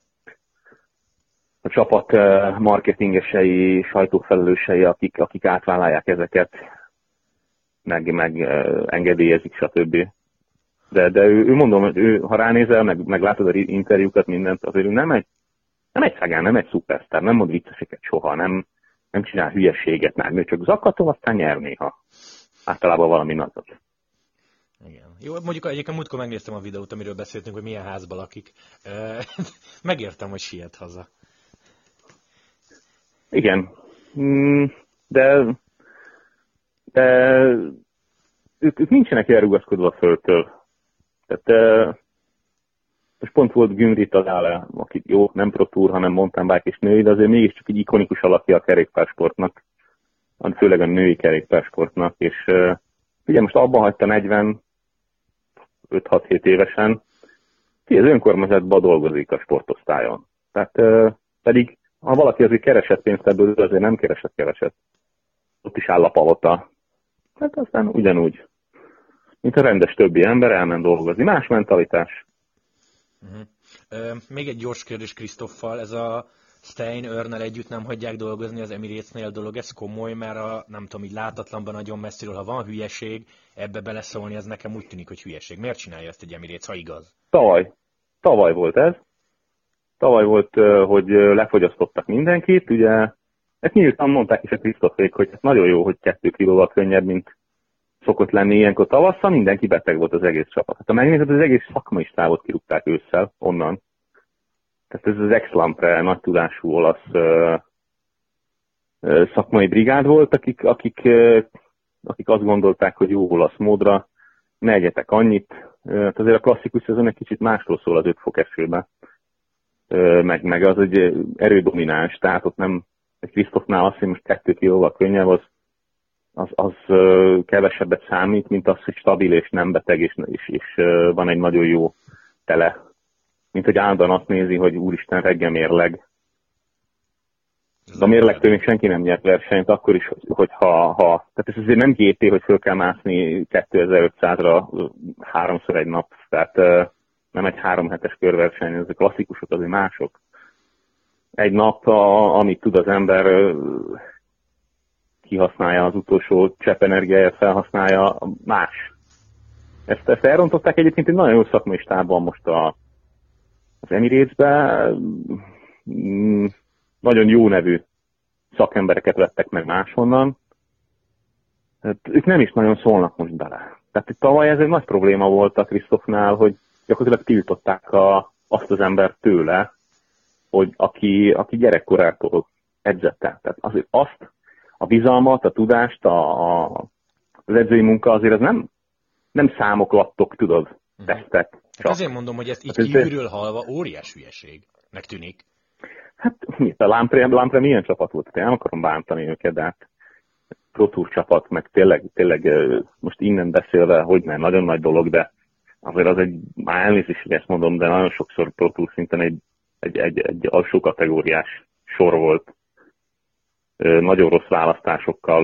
csapat marketingesei, sajtófelelősei, akik átvállalják ezeket, meg engedélyezik, stb. De ő mondom, hogy ha ránézel, meg látod az interjúkat, mindent, azért ő nem egy szagán, nem egy szupersztár, nem mond vicceseket soha, nem csinál hülyeséget, már ő csak zakatol, aztán nyer néha. Általában valami nagyot. Igen. Jó, mondjuk egyébként múltkor megnéztem a videót, amiről beszéltünk, hogy milyen házban lakik. Megértem, hogy siet haza. Igen. De ők nincsenek elrugaszkodva a földtől. Tehát most pont volt Günri Talála, aki jó, nem Pro Tour, hanem mountain bike és női, de azért mégiscsak egy ikonikus alakja a kerékpársportnak, főleg a női kerékpársportnak, és ugye most abban hagyta 45-6-7 évesen, ki az önkormányzatban dolgozik a sportosztályon. Tehát pedig, ha valaki azért keresett pénzt ebből, azért nem keresett keveset. Ott is áll a palota. Hát aztán ugyanúgy, mint a rendes többi ember elment dolgozni. Más mentalitás. Még egy gyors kérdés Krisztoffal, ez a Steinörnnel együtt nem hagyják dolgozni az Emirates-nél dolog, ez komoly, mert nem tudom, így látatlanban nagyon messziről, ha van hülyeség, ebbe beleszólni, ez nekem úgy tűnik, hogy hülyeség. Miért csinálja ezt egy Emirates, ha igaz? Tavaly volt ez. Tavaly volt, hogy lefogyasztottak mindenkit, ugye, ezt nyíltan mondták is a Krisztoffék, hogy nagyon jó, hogy 2 kilóval könnyebb, mint szokott lenni ilyenkor tavasszal, mindenki beteg volt, az egész csapat. Hát ha megnézed, az egész szakmai stábot kirúgták ősszel onnan. Tehát ez az ex-Lampre nagy tudású olasz szakmai brigád volt, akik azt gondolták, hogy jó olasz módra, ne egyetek annyit. Hát azért a klasszikus szezon egy kicsit másról szól az 5 fok esőben. Meg az egy erődomináns, tehát ott nem egy Krisztofnál azt, hogy most 2 kilóval könnyebb, az kevesebbet számít, mint az, hogy stabil és nem beteg, és van egy nagyon jó tele. Mint hogy állandóan azt nézi, hogy úristen, reggel mérleg. De a mérlegtől még senki nem nyert versenyt, akkor is, hogyha tehát ez azért nem GT, hogy föl kell mászni 2500-ra 3-szor egy nap. Tehát nem egy 3 hetes körverseny, ezek klasszikusok azért mások. Egy nap, amit tud az ember, kihasználja az utolsó csepp energiáját, felhasználja, más. Ezt elrontották egyébként egy nagyon jó szakmai stábban most az Emirates-ben. Nagyon jó nevű szakembereket vettek meg máshonnan. Hát, ők nem is nagyon szólnak most bele. Tehát tavaly ez egy nagy probléma volt a Krisztofnál, hogy gyakorlatilag tiltották azt az embert tőle, hogy aki gyerekkorától edzett el. Tehát azért azt, a bizalmat, a tudást, az edzői munka azért az nem számoklattok, tudod, tesztek. Hát azért mondom, hogy ezt így kívülről halva óriás hülyeségnek tűnik. Hát a Lampre milyen csapat volt? Én nem akarom bántani őket, de hát Pro Tour csapat, meg tényleg most innen beszélve, hogy nem, nagyon nagy dolog, de azért az már elnézést, hogy ezt mondom, de nagyon sokszor Pro Tour szinten egy alsó kategóriás sor volt. Nagyon rossz választásokkal,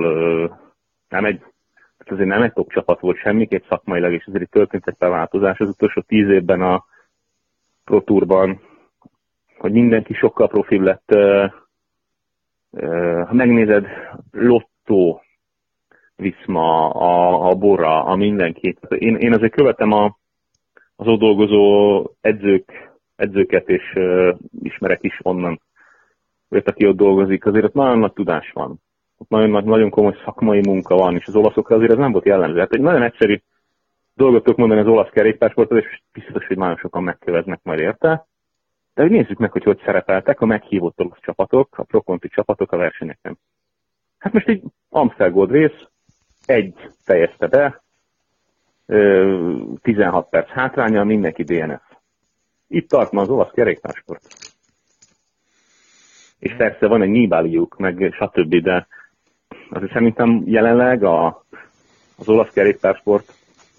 azért nem egy top csapat volt semmiképp szakmailag, és azért történt egy beváltozás az utolsó 10 évben a Pro Tourban, hogy mindenki sokkal profibb lett. Ha megnézed, Lotto, Viszma, a Bora, a mindenki. Én azért követem az ott dolgozó edzőket, és ismerek is onnan, aki ott dolgozik, azért ott nagyon nagy tudás van. Ott nagyon komoly szakmai munka van, és az olaszokra azért ez nem volt jellemző. Hát egy nagyon egyszerű dolgot tudok mondani az olasz kerékpársportot, és biztos, hogy nagyon sokan megköveznek majd érte. De hogy nézzük meg, hogy szerepeltek a meghívott olasz csapatok, a Pro Conti csapatok a versenyeken. Hát most így Amstel Gold Race, fejezte be, 16 perc hátrányal, mindenki DNF. Itt tart ma az olasz kerékpársport. És persze van egy Nibaliuk, meg stb., de azért szerintem jelenleg az olasz kerékpársport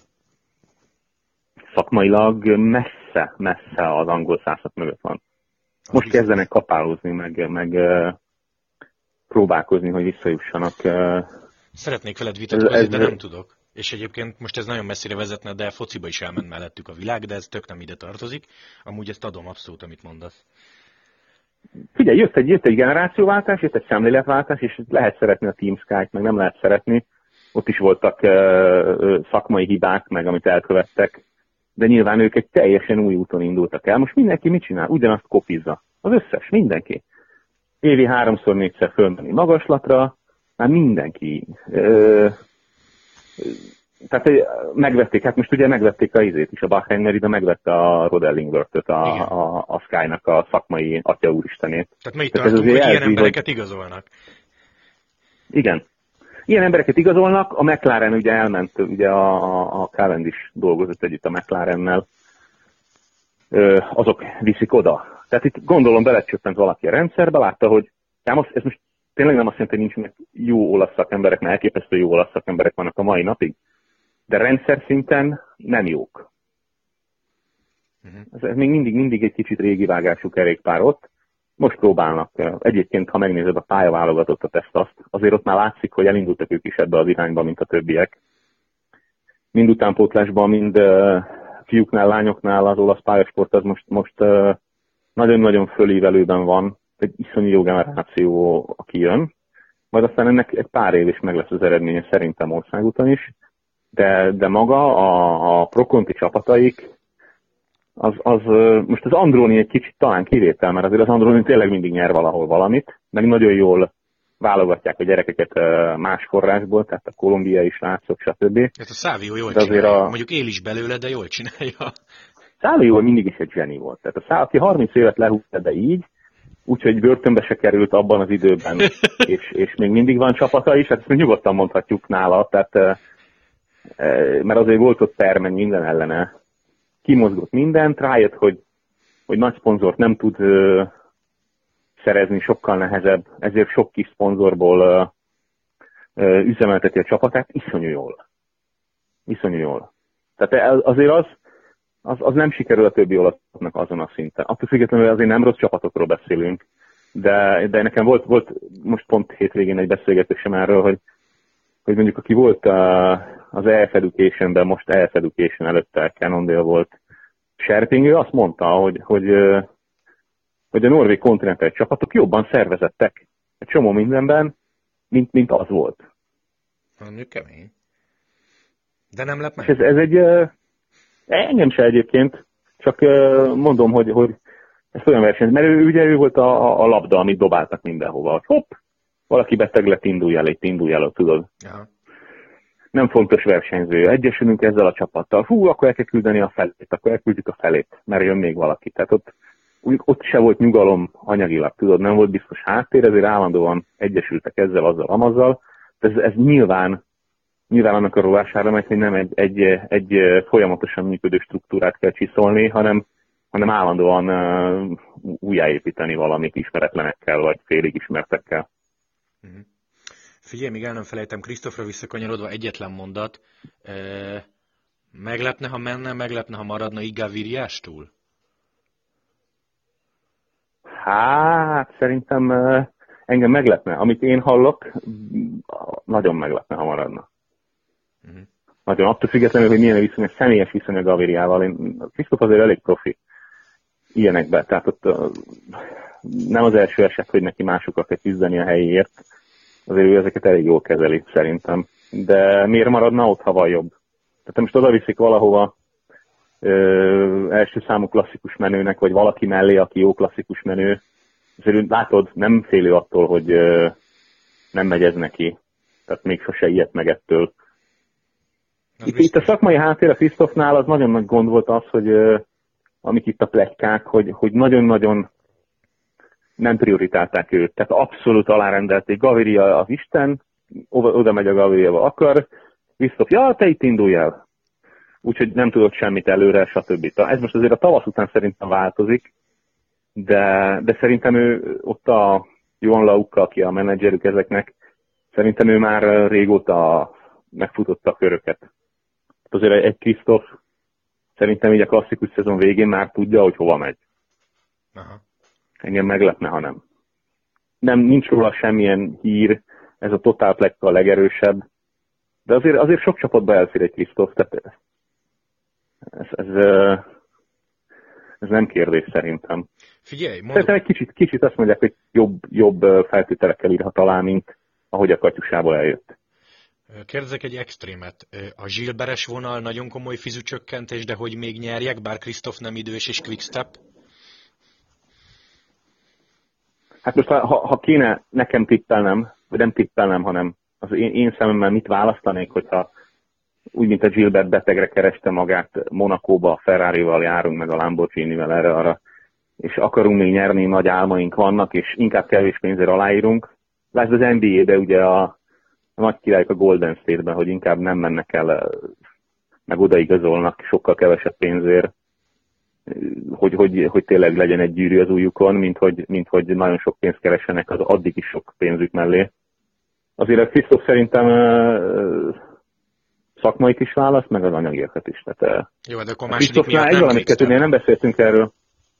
szakmailag messze az angol százak mögött van. Most kezdenek kapálózni, meg próbálkozni, hogy visszajussanak. Szeretnék veled vitatkozni, de nem tudok. És egyébként most ez nagyon messzire vezetne, de fociba is elment mellettük a világ, de ez tök nem ide tartozik. Amúgy ezt adom abszolút, amit mondasz. Figyelj, jött egy generációváltás, jött egy szemléletváltás, és lehet szeretni a Team Sky-t, meg nem lehet szeretni. Ott is voltak szakmai hibák, meg amit elkövettek, de nyilván ők egy teljesen új úton indultak el. Most mindenki mit csinál? Ugyanazt kopizza. Az összes, mindenki. Évi 3-4-szer fölmenni magaslatra, már mindenki. Tehát megvették, hát most ugye megvették a izét is, a Bahreiner ide megvette a Rod Ellingworth-öt, a Sky-nak a szakmai atya úristenét. Tehát mi itt tartunk, hogy ilyen embereket igazolnak? Igen. Ilyen embereket igazolnak, a McLaren ugye elment, ugye a Cavendish dolgozott együtt a McLarennel, azok viszik oda. Tehát itt gondolom belecsöppent valaki a rendszerbe, látta, hogy ez most tényleg nem azt jelenti, hogy nincsenek jó olasz szakemberek, mert elképesztő jó olasz szakemberek vannak a mai napig, de rendszer szinten nem jók. Ez még mindig egy kicsit régi vágású kerékpár ott. Most próbálnak. Egyébként, ha megnézed a pályaválogatott azt, azért ott már látszik, hogy elindultak ők is ebbe az irányba, mint a többiek. Mind utánpótlásban, mind fiúknál, lányoknál az olasz pályasport az most nagyon-nagyon fölívelőben van. Egy iszonyú jó generáció, aki jön. Majd aztán ennek egy pár év is meg lesz az eredménye szerintem országúton is. De maga a Pro Conti csapataik, most az Androni egy kicsit talán kivétel, mert azért az Androni tényleg mindig nyer valahol valamit, meg nagyon jól válogatják a gyerekeket más forrásból, tehát a kolumbiai srácok, stb. Ez a Savio jól csinálja. Mondjuk él is belőle, de jól csinálja. Savio mindig is egy zseni volt. Tehát aki 30 évet lehúzta, de így, úgyhogy börtönbe se került abban az időben, és még mindig van csapata is, hát ezt nyugodtan mondhatjuk nála, tehát, mert azért volt ott per, meg minden ellene. Kimozgott mindent, rájött, hogy nagy szponzort nem tud szerezni, sokkal nehezebb, ezért sok kis szponzorból üzemelteti a csapatát, iszonyú jól. Iszonyú jól. Tehát azért az nem sikerül a többi olasznak azon a szinten. Attól függetlenül azért nem rossz csapatokról beszélünk, de nekem volt most pont hétvégén egy beszélgetésem erről, hogy mondjuk aki volt az EF Education-ben, most EF Education előtte Cannondale volt Sherping, ő azt mondta, hogy a norvég kontinentális csapatok jobban szervezettek egy csomó mindenben, mint az volt. Mondjuk kemény. De nem lep meg? És ez egy... engem se egyébként, csak mondom, hogy ez olyan verseny, mert ő volt a labda, amit dobáltak mindenhova. Hogy hopp, valaki beteg lett, indulj el, tudod. Aha. Nem fontos versenyző, egyesülünk ezzel a csapattal. Akkor el kell küldeni a felét, akkor elküldjük a felét, mert jön még valaki. Tehát ott se volt nyugalom anyagilag, tudod, nem volt biztos háttér, ezért állandóan egyesültek ezzel, azzal, amazzal. Ez nyilván annak a rovására megy, hogy nem egy folyamatosan működő struktúrát kell csiszolni, hanem állandóan újjáépíteni valamit ismeretlenekkel, vagy félig ismertekkel. Uh-huh. Figyelj, még el nem felejtem, Krisztofra visszakanyarodva egyetlen mondat. Meglepne, ha menne, meglepne, ha maradna Iga Viriástól? Hát, szerintem engem meglepne. Amit én hallok, nagyon meglepne, ha maradna. Uh-huh. Nagyon attól függetlenül, hogy milyen viszony, személyes viszony a Gaviriával. Krisztof azért elég profi ilyenekben. Tehát ott nem az első eset, hogy neki másokkal kell küzdeni a helyéért. Azért ő ezeket elég jól kezeli, szerintem. De miért maradna ott, ha van jobb? Tehát most oda viszik valahova első számú klasszikus menőnek, vagy valaki mellé, aki jó klasszikus menő. Azért látod, nem félő attól, hogy nem megy ez neki. Tehát még sose ilyet meg ettől. Itt a szakmai háttér a Krisztofnál az nagyon nagy gond volt az, hogy amik itt a pletykák, hogy nagyon-nagyon nem prioritálták őt. Tehát abszolút alárendelték. Gaviria az Isten, oda megy a Gaviriával akar, Krisztof, te itt indulj el. Úgyhogy nem tudott semmit előre, stb. Ez most azért a tavasz után szerintem változik, de szerintem ő ott a Johan Lauka, aki a menedzserük ezeknek, szerintem ő már régóta megfutotta a köröket. Azért egy Krisztof szerintem így a klasszikus szezon végén már tudja, hogy hova megy. Aha. Engem meglepne, ha nem. Nincs róla semmilyen hír, ez a totál pletyka a legerősebb, de azért sok csapatba elfér egy Krisztof, tehát ez nem kérdés szerintem. Figyelj, szerintem egy kicsit azt mondják, hogy jobb feltételekkel írhat alá, mint ahogy a katyusából eljött. Kérdezek egy extrémet. A Gilberes vonal nagyon komoly fizucsökkentés, de hogy még nyerjek, bár Krisztof nem idős és quickstep? Hát most ha kéne nekem tippelnem, vagy nem tippelnem, hanem az én szememmel mit választanék, hogyha úgy, mint a Gilbert betegre kereste magát Monacóba, Ferrarival járunk, meg a Lamborghinivel erre-arra, és akarunk még nyerni, nagy álmaink vannak, és inkább kevés pénzért aláírunk. Lásd az NBA-be ugye a nagy királyok a Golden State-ben, hogy inkább nem mennek el, meg odaigazolnak sokkal kevesebb pénzért, hogy tényleg legyen egy gyűrű az ujjukon, mint hogy nagyon sok pénzt keresenek az addig is sok pénzük mellé. Azért a Krisztof szerintem szakmai is válasz, meg az anyagérhet is. Tehát, jó, de akkor második miatt nem beszéltünk erről.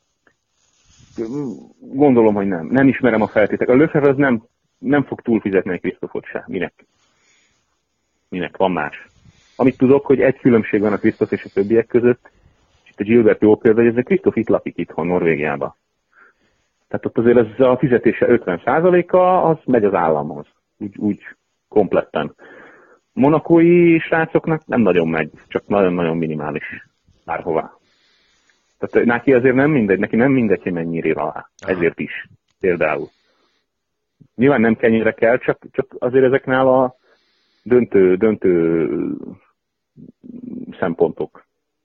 Gondolom, hogy nem. Nem ismerem a feltétek. A Lefebvre az nem fog túlfizetni egy Krisztofot se. Minek? Van más. Amit tudok, hogy egy különbség van a Krisztof és a többiek között, és itt a Gilbert jó példa, hogy ez a Krisztof itt lakik itthon, Norvégiába. Tehát ott azért ez a fizetése 50%-a, az megy az államhoz. Úgy kompletten. Monakói srácoknak nem nagyon megy, csak nagyon-nagyon minimális bárhová. Tehát neki azért nem mindegy, hogy mennyi ér alá. Ezért is, például. Nyilván nem kenyére kell, csak azért ezeknál a döntő szempontok.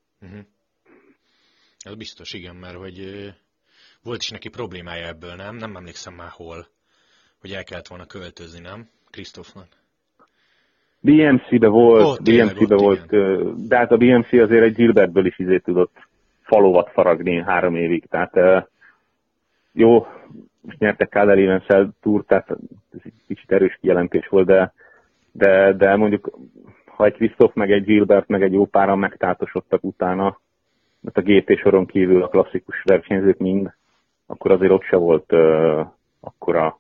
Ez biztos, igen, mert hogy volt is neki problémája ebből, nem? Nem emlékszem már hol, hogy el kellett volna költözni, nem? Krisztófnak. BMC-be volt, volt, de hát a BMC azért egy Gilbertből is tudott falovat faragni 3 évig, tehát jó, most nyertek Calder Evans-el túrt, tehát ez egy kicsit erős kijelentés volt, de mondjuk, ha egy Krisztóf, meg egy Gilbert, meg egy jó páran megtátosodtak utána, mert a GP soron kívül a klasszikus versenyzők mind, akkor azért ott se volt akkora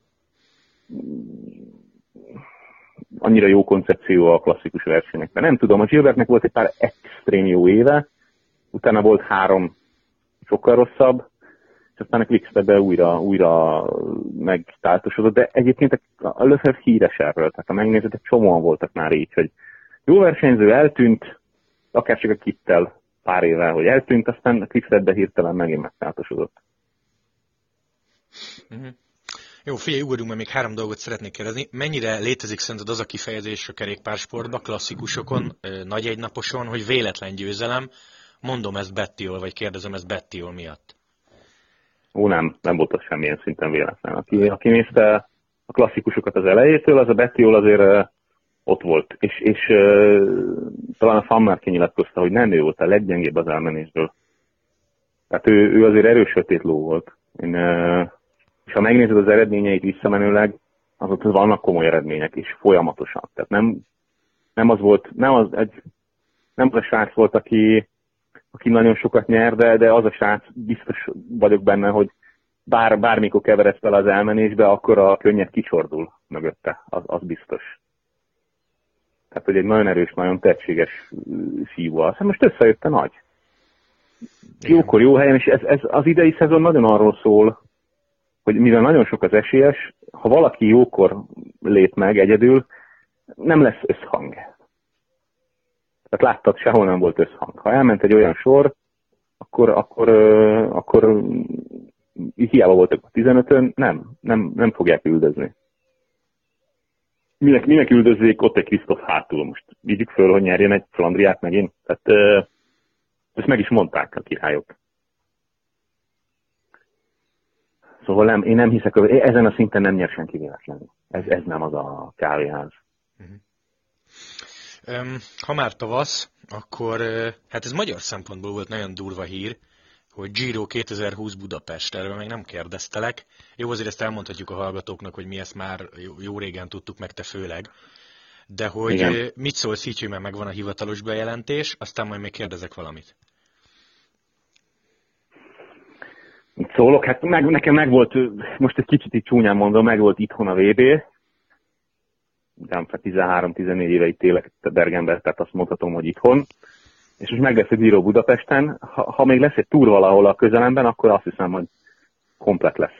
annyira jó koncepció a klasszikus versenyekben. Nem tudom, a Gilbertnek volt egy pár extrém jó éve, utána volt 3 sokkal rosszabb, és aztán a Quickstepben újra megtáltosodott, de egyébként a Lefebvre híres erről, tehát ha megnézed, egy csomóan voltak már így, hogy jó versenyző eltűnt, akár csak a Kittel pár évvel, hogy eltűnt, aztán a Quickstepben hirtelen megint megtáltosodott. Jó, figyelj, ugorjunk, mert még 3 dolgot szeretnék kérdezni. Mennyire létezik szerinted az a kifejezés a kerékpársportban, klasszikusokon, nagy egynaposon, hogy véletlen győzelem? Mondom ezt Bettiol, vagy kérdezem ezt Bettiol miatt. Nem volt az semmilyen szinten véletlen. Aki nézte a klasszikusokat az elejétől, az a Bettiol azért ott volt. És talán a Fammarki nyilatkozta, hogy nem ő volt a leggyengébb az elmenésből. Tehát ő azért erős sötét ló volt. És ha megnézed az eredményeit visszamenőleg, azok vannak komoly eredmények, és folyamatosan. Tehát nem az a srác volt, aki nagyon sokat nyer, de az a srác, biztos vagyok benne, hogy bármikor keveredsz fel az elmenésbe, akkor a könnyed kicsordul mögötte, az biztos. Tehát, hogy egy nagyon erős, nagyon tehetséges szívó. Aztán most összejött a nagy. Jókor, jó helyen, és ez az idei szezon nagyon arról szól, hogy mivel nagyon sok az esélyes, ha valaki jókor lép meg egyedül, nem lesz összhang. Tehát láttad, sehol nem volt összhang. Ha elment egy olyan sor, akkor hiába voltak a 15-ön, nem fogják üldözni. Minek üldözzék ott egy Krisztóf hátul? Most vigyük föl, hogy nyerjen egy Flandriát megint. Tehát ezt meg is mondták a királyok. Szóval én nem hiszek, hogy ezen a szinten nem nyer senki véletlenül. Ez nem az a kávéház. Ha már tavasz, akkor hát ez magyar szempontból volt nagyon durva hír, hogy Giro 2020 Budapest, erről még nem kérdeztelek. Jó, azért ezt elmondhatjuk a hallgatóknak, hogy mi ezt már jó régen tudtuk, meg te főleg. De hogy igen. Mit szólsz így, hogy már megvan a hivatalos bejelentés, aztán majd még kérdezek valamit. Mit szólok? Hát nekem megvolt, most egy kicsit így csúnyán mondom, megvolt itthon a VB. De 13-14 éve itt élek Bergenben, tehát azt mondhatom, hogy itthon. És most meg lesz egy Giro Budapesten. Ha még lesz egy túr valahol a közelemben, akkor azt hiszem, hogy komplet lesz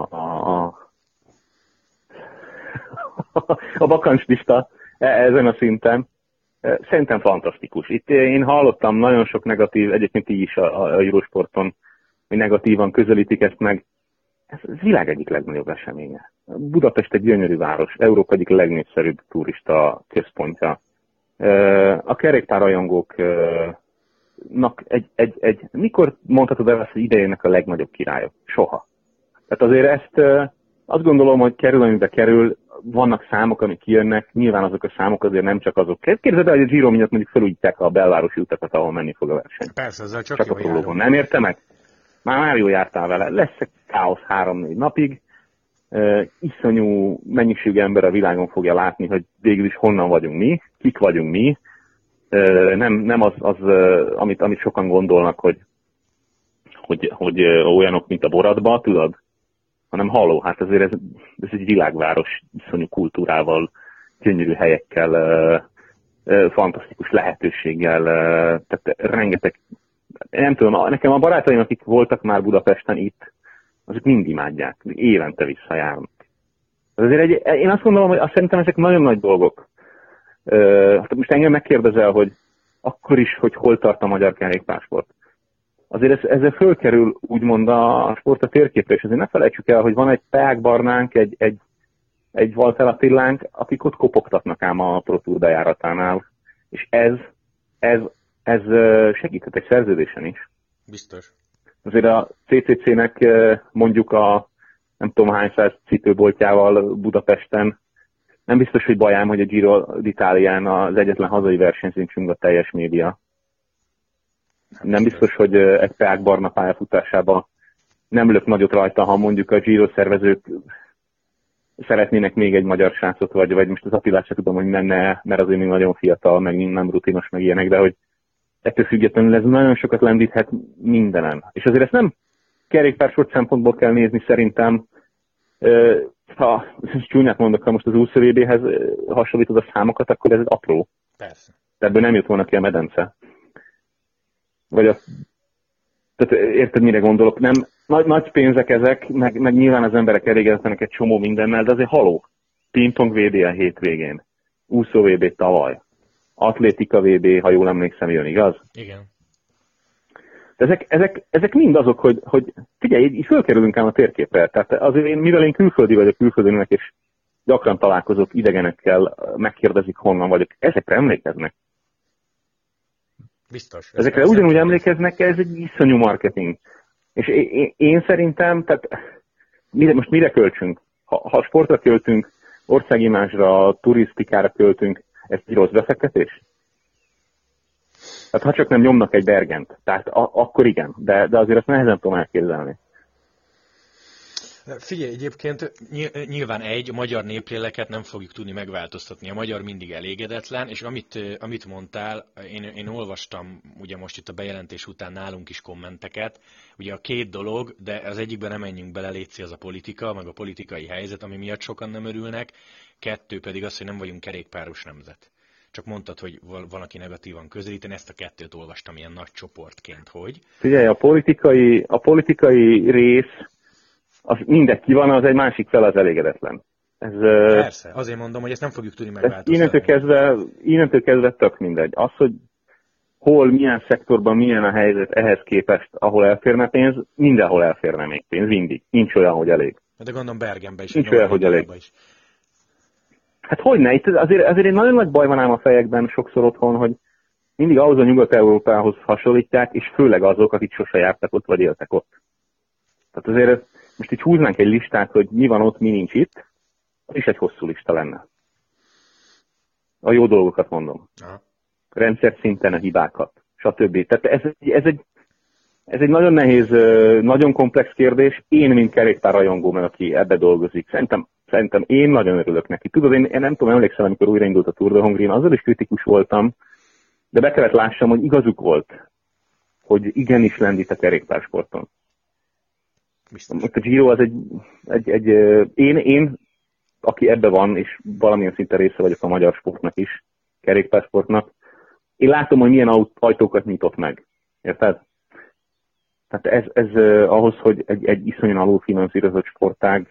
a bakancslista ezen a szinten. Szerintem fantasztikus. Itt én hallottam nagyon sok negatív, egyébként így is a Eurosporton, hogy negatívan közelítik ezt meg. Ez világ egyik legnagyobb eseménye. Budapest egy gyönyörű város, Európa egyik legnépszerűbb turista központja. A kerékpárrajongóknak mikor mondhatod el ezt, hogy idejének a legnagyobb királyok? Soha. Tehát azért ezt azt gondolom, hogy kerül, amiben kerül, vannak számok, amik kijönnek, nyilván azok a számok azért nem csak azok. Képzeld el, hogy a Giro miatt mondjuk felújítják a belvárosi utakat, ahol menni fog a verseny. Persze, ezzel csak a prologon. Nem értem meg? Már jó jártál vele. Lesz egy káosz 3-4 napig. Iszonyú mennyiségű ember a világon fogja látni, hogy végül is honnan vagyunk mi, kik vagyunk mi. Nem az amit sokan gondolnak, hogy olyanok, mint a Boratba, tudod? Hanem halló, hát azért ez egy világváros, iszonyú kultúrával, gyönyörű helyekkel, fantasztikus lehetőséggel, tehát rengeteg, nem tudom, nekem a barátaim, akik voltak már Budapesten itt, azok mind imádják, évente visszajárnak. Azért én azt gondolom, hogy szerintem ezek nagyon nagy dolgok. Most engem megkérdezel, hogy akkor is, hogy hol tart a magyar kerékpársport. Azért ezzel fölkerül úgymond a sport a térképre, és azért ne felejtsük el, hogy van egy Peák Barnánk, egy egy Walter Attilánk, akik ott kopogtatnak ám a Pro Tour bejáratánál. És ez segíthet egy szerződésen is. Biztos. Azért a CCC-nek mondjuk a nem tudom hány száz cipőboltjával Budapesten nem biztos, hogy bajám, hogy a Giro d'Italián az egyetlen hazai versenyzőnk a teljes média. Nem biztos, hogy egy Peák Barna pályafutásában nem lök nagyot rajta, ha mondjuk a Giro szervezők szeretnének még egy magyar srácot, vagy most az Attilát sem tudom, hogy menne, mert azért még nagyon fiatal, meg nem rutinos, meg ilyenek, de hogy ettől függetlenül ez nagyon sokat lendíthet mindenen. És azért ezt nem kerékpársport szempontból kell nézni szerintem, ha csúnyát mondok, ha most az úszó VB-hez hasonlítod a számokat, akkor ez apró. Persze. Ebből nem jut volna ki a medence. Tehát érted, mire gondolok? Nem, nagy pénzek ezek, meg nyilván az emberek elégedetlenek egy csomó mindennel, de azért haló. Pingpong VB a hétvégén. Úszó VB tavaly. Atlétika VB, ha jól emlékszem, jön, igaz? Igen. De ezek mind azok, hogy figyelj, így fölkerülünk ám a térképre. Tehát azért mivel én külföldi vagyok, külföldönnek, és gyakran találkozok idegenekkel, megkérdezik, honnan vagyok, ezekre emlékeznek. Biztos. Ezekre ugyanúgy emlékeznek, ez egy iszonyú marketing. És én szerintem, tehát most mire költsünk? Ha sportra költünk, országimázsra, turisztikára költünk, ez egy rossz befektetés? Tehát ha csak nem nyomnak egy Bergent, tehát akkor igen, de azért ezt nehezen tudom elképzelni. Figyelj, egyébként nyilván a magyar népléleket nem fogjuk tudni megváltoztatni. A magyar mindig elégedetlen, és amit mondtál, én olvastam ugye most itt a bejelentés után nálunk is kommenteket. Ugye a két dolog, de az egyikben nem menjünk bele, létszi az a politika, meg a politikai helyzet, ami miatt sokan nem örülnek. Kettő pedig az, hogy nem vagyunk kerékpáros nemzet. Csak mondtad, hogy van, aki negatívan közelít, én ezt a kettőt olvastam ilyen nagy csoportként, hogy... Figyelj, a politikai rész, az mindenki van, az egy másik fel az elégedetlen. Persze, azért mondom, hogy ezt nem fogjuk tudni megváltoztatni. Innentől kezdve tök mindegy. Az, hogy hol, milyen szektorban, milyen a helyzet ehhez képest, ahol elférne pénz, mindenhol elférne még pénz, mindig. Nincs olyan, hogy elég. De gondolom Bergenbe is. Nincs olyan, hogy elég. Is. Hát hogyne, itt azért egy nagyon nagy baj van ám a fejekben sokszor otthon, hogy mindig ahhoz a Nyugat-Európához hasonlítják, és főleg azok, akik sose jártak ott, vagy éltek ott. Tehát azért most így húznánk egy listát, hogy mi van ott, mi nincs itt, az is egy hosszú lista lenne. A jó dolgokat mondom. Aha. Rendszer szinten a hibákat, stb. Tehát ez egy nagyon nehéz, nagyon komplex kérdés. Én, mint kerékpárrajongó, meg aki ebbe dolgozik, szerintem én nagyon örülök neki. Tudod, én nem tudom, emlékszem, amikor újraindult a Tour de Hongrie, azzal is kritikus voltam, de be kellett lássam, hogy igazuk volt, hogy igenis lendít a kerékpársporton. Most a Giro az én, aki ebbe van, és valamilyen szinte része vagyok a magyar sportnak is, kerékpársportnak, én látom, hogy milyen ajtókat nyitott meg. Érted? Tehát ez ahhoz, hogy egy iszonyan alulfinanszírozott sportágba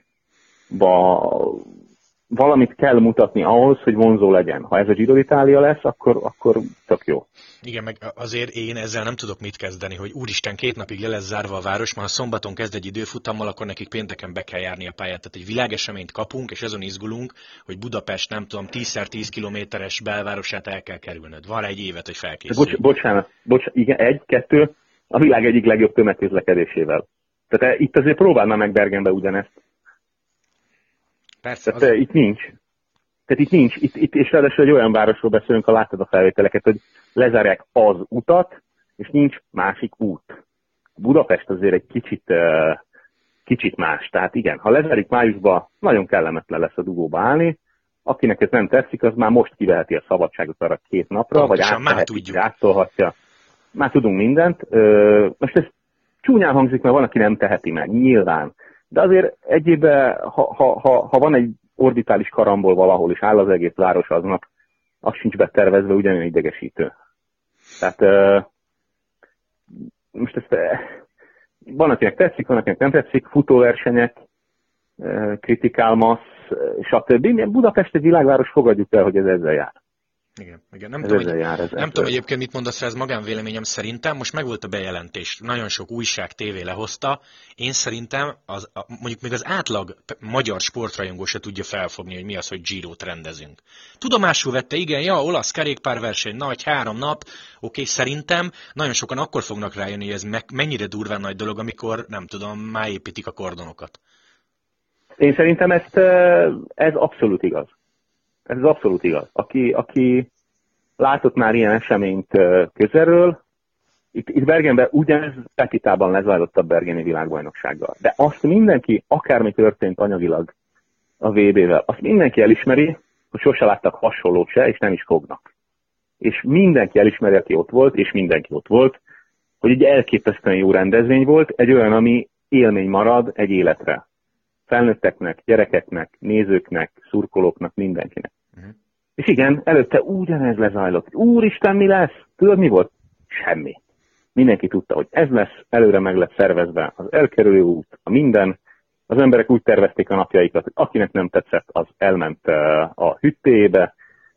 valamit kell mutatni ahhoz, hogy vonzó legyen. Ha ez a Giro d'Italia lesz, akkor tök jó. Igen, meg azért én ezzel nem tudok mit kezdeni, hogy úristen, 2 napig le lesz zárva a város, már szombaton kezd egy időfutammal, akkor nekik pénteken be kell járni a pályát. Tehát egy világeseményt kapunk, és azon izgulunk, hogy Budapest, nem tudom, 10x10 kilométeres belvárosát el kell kerülnöd. Van egy évet, hogy felkészülj. Bocsánat, igen, 2, a világ egyik legjobb tömegközlekedésével. Tehát itt azért próbálná meg Bergenbe ugyanezt. Persze. Tehát itt nincs. Itt és ráadásul egy olyan városról beszélünk, ha láttad a felvételeket, hogy lezárják az utat, és nincs másik út. Budapest azért egy kicsit más. Tehát igen, ha lezárik májusban, nagyon kellemetlen lesz a dugóba állni. Akinek ez nem tetszik, az már most kiveheti a szabadságot arra 2 napra, pontosan, vagy átszolhatja. Már tudunk mindent. Most ez csúnyán hangzik, mert van, aki nem teheti meg, nyilván. De azért egyébben, ha van egy orbitális karambol valahol, és áll az egész város aznap, az sincs betervezve, ugyanolyan idegesítő. Tehát most ezt van, akinek tetszik, van, akinek nem tetszik, futóversenyek, kritikálmassz, stb. Budapest egy világváros, fogadjuk el, hogy ez ezzel jár. Igen. Nem tudom egyébként mit mondasz rá, ez magánvéleményem szerintem. Most megvolt a bejelentés, nagyon sok újság, tévé lehozta. Én szerintem mondjuk még az átlag magyar sportrajongó se tudja felfogni, hogy mi az, hogy Girót rendezünk. Tudomásul vette, igen, olasz kerékpárverseny, nagy 3 nap, oké, szerintem nagyon sokan akkor fognak rájönni, hogy ez mennyire durván nagy dolog, amikor, nem tudom, már építik a kordonokat. Én szerintem ez abszolút igaz. Ez abszolút igaz. Aki látott már ilyen eseményt közelről, itt Bergenben ugyanez Petitában lezajlott a bergeni világbajnoksággal. De azt mindenki, akármi történt anyagilag a VB-vel, azt mindenki elismeri, hogy sose láttak hasonlót se, és nem is fognak. És mindenki elismeri, aki ott volt, és mindenki ott volt, hogy egy elképesztően jó rendezvény volt, egy olyan, ami élmény marad egy életre. Felnőtteknek, gyerekeknek, nézőknek, szurkolóknak, mindenkinek. És igen, előtte ugyanez lezajlott. Úristen, mi lesz? Tudod, mi volt? Semmi. Mindenki tudta, hogy ez lesz, előre meg lett szervezve az elkerülő út, a minden. Az emberek úgy tervezték a napjaikat, hogy akinek nem tetszett, az elment a hüttébe,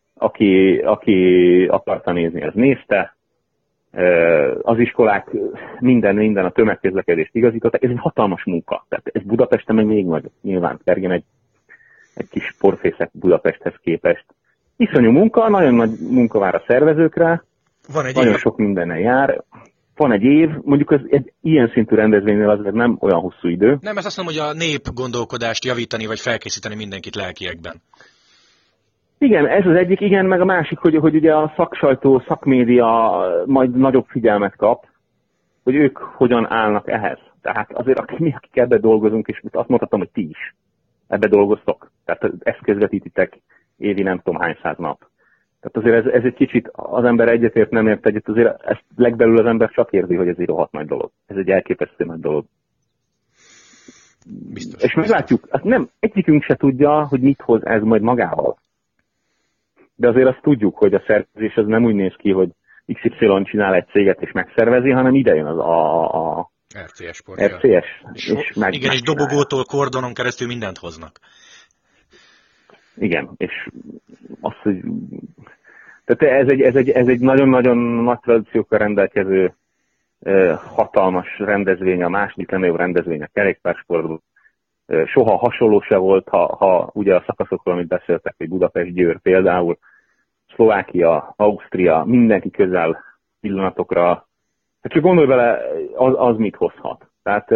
aki akarta nézni, az nézte. Az iskolák minden a tömegközlekedést igazították. Ez egy hatalmas munka. Tehát ez Budapesten meg még nagy. Nyilván Bergen egy kis sportfészek Budapesthez képest. Iszonyú munka, nagyon nagy munka vár a szervezőkre, nagyon sok mindenen jár. Van egy év, mondjuk egy ilyen szintű rendezvénynél azért nem olyan hosszú idő. Nem, ezt azt mondom, hogy a nép gondolkodást javítani, vagy felkészíteni mindenkit lelkiekben. Igen, ez az egyik, igen, meg a másik, hogy ugye a szaksajtó, szakmédia majd nagyobb figyelmet kap, hogy ők hogyan állnak ehhez. Tehát azért mi, akik ebbe dolgozunk, és azt mondhatom, hogy ti is ebbe dolgoztok. Tehát ezt közvetítitek évi nem tudom hány 100 nap. Tehát azért ez egy kicsit, az ember egyetért, nem ért egyet, azért ezt legbelül az ember csak érzi, hogy ez egy rohadt nagy dolog. Ez egy elképesztő nagy dolog. Biztos. És meglátjuk, azt nem, egyikünk se tudja, hogy mit hoz ez majd magával. De azért azt tudjuk, hogy a szervezés az nem úgy néz ki, hogy XY csinál egy céget és megszervezi, hanem idejön az a RCS sport. RCS. Igen, és dobogótól kordonon keresztül mindent hoznak. Igen, és azt, hogy... Tehát ez egy nagyon-nagyon nagy tradíciókkal rendelkező hatalmas rendezvény, a második legnagyobb rendezvény a kerékpársportban. Soha hasonló se volt, ha ugye a szakaszokról, amit beszéltek, hogy Budapest-Győr például, Szlovákia, Ausztria, mindenki közel pillanatokra. Hát csak gondolj bele, az mit hozhat. Tehát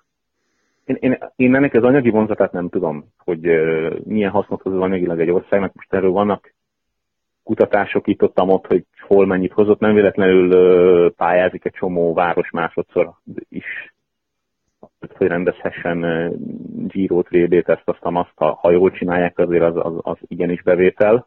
én ennek az anyagi vonzatát nem tudom, hogy milyen hasznot hoz anyagilag egy országnak. Most erről vannak kutatások itt-ott, hogy hol mennyit hozott. Nem véletlenül pályázik egy csomó város másodszor is, hogy rendezhessen Girót, VB-t, azt, ha jól csinálják, azért az igenis bevétel.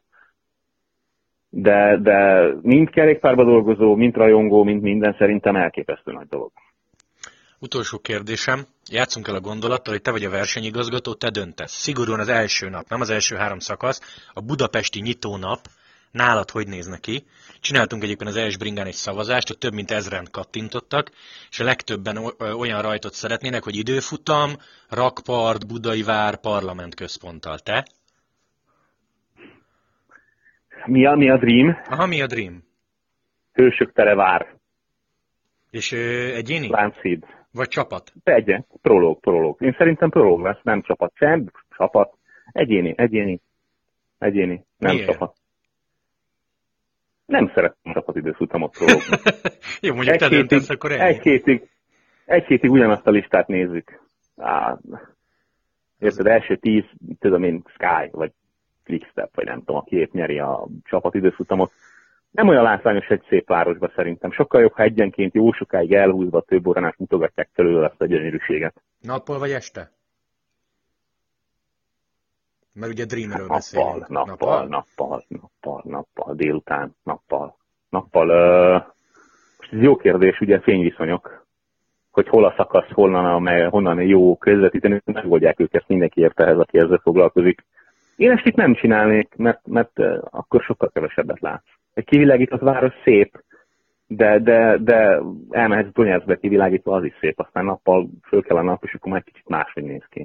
De mind kerékpárba dolgozó, mind rajongó, mind minden szerintem elképesztő nagy dolog. Utolsó kérdésem. Játszunk el a gondolattal, hogy te vagy a versenyigazgató, te döntesz. Szigorúan az első nap, nem az első 3 szakasz, a budapesti nyitónap, nálad hogy néz neki? Csináltunk egyébként az ES-bringán egy szavazást, ott több mint 1000-en kattintottak, és a legtöbben olyan rajtot szeretnének, hogy időfutam, rakpart, Budai Vár, Parlament központtal. Te? Mi a Dream? Aha, mi a Dream? Hősök tere vár. És egyéni? Lánchíd. Vagy csapat? Prológ. Én szerintem prológ lesz, nem csapat. Sem, csapat. Egyéni. Nem miért? Csapat. Nem szeretem csapatidőfutamot prológni. Jó, mondjuk te döntesz, akkor ennyi. Egy hétig ugyanazt a listát nézzük. Érted, első 10, tudom én, Sky, vagy Quickstep, vagy nem tudom, aki épp nyeri a csapatidőfutamot. Nem olyan látványos egy szép városba szerintem. Sokkal jobb, ha egyenként jó sokáig elhúzva több órán mutogatják felül ezt a gyönyörűséget. Nappal vagy este? Mert ugye Dreamről beszélünk. Nappal, délután, nappal. Most ez jó kérdés, ugye fényviszonyok, hogy hol a szakasz, honnan jó közvetíteni, megoldják őket, mindenki ért ehhez, aki ezzel foglalkozik. Én ezt itt nem csinálnék, mert akkor sokkal kevesebbet látsz. Egy kivilágított város szép, de elmehetsz Donyeckbe kivilágítva, az is szép, aztán nappal föl kell a nap, és akkor már egy kicsit máshogy néz ki.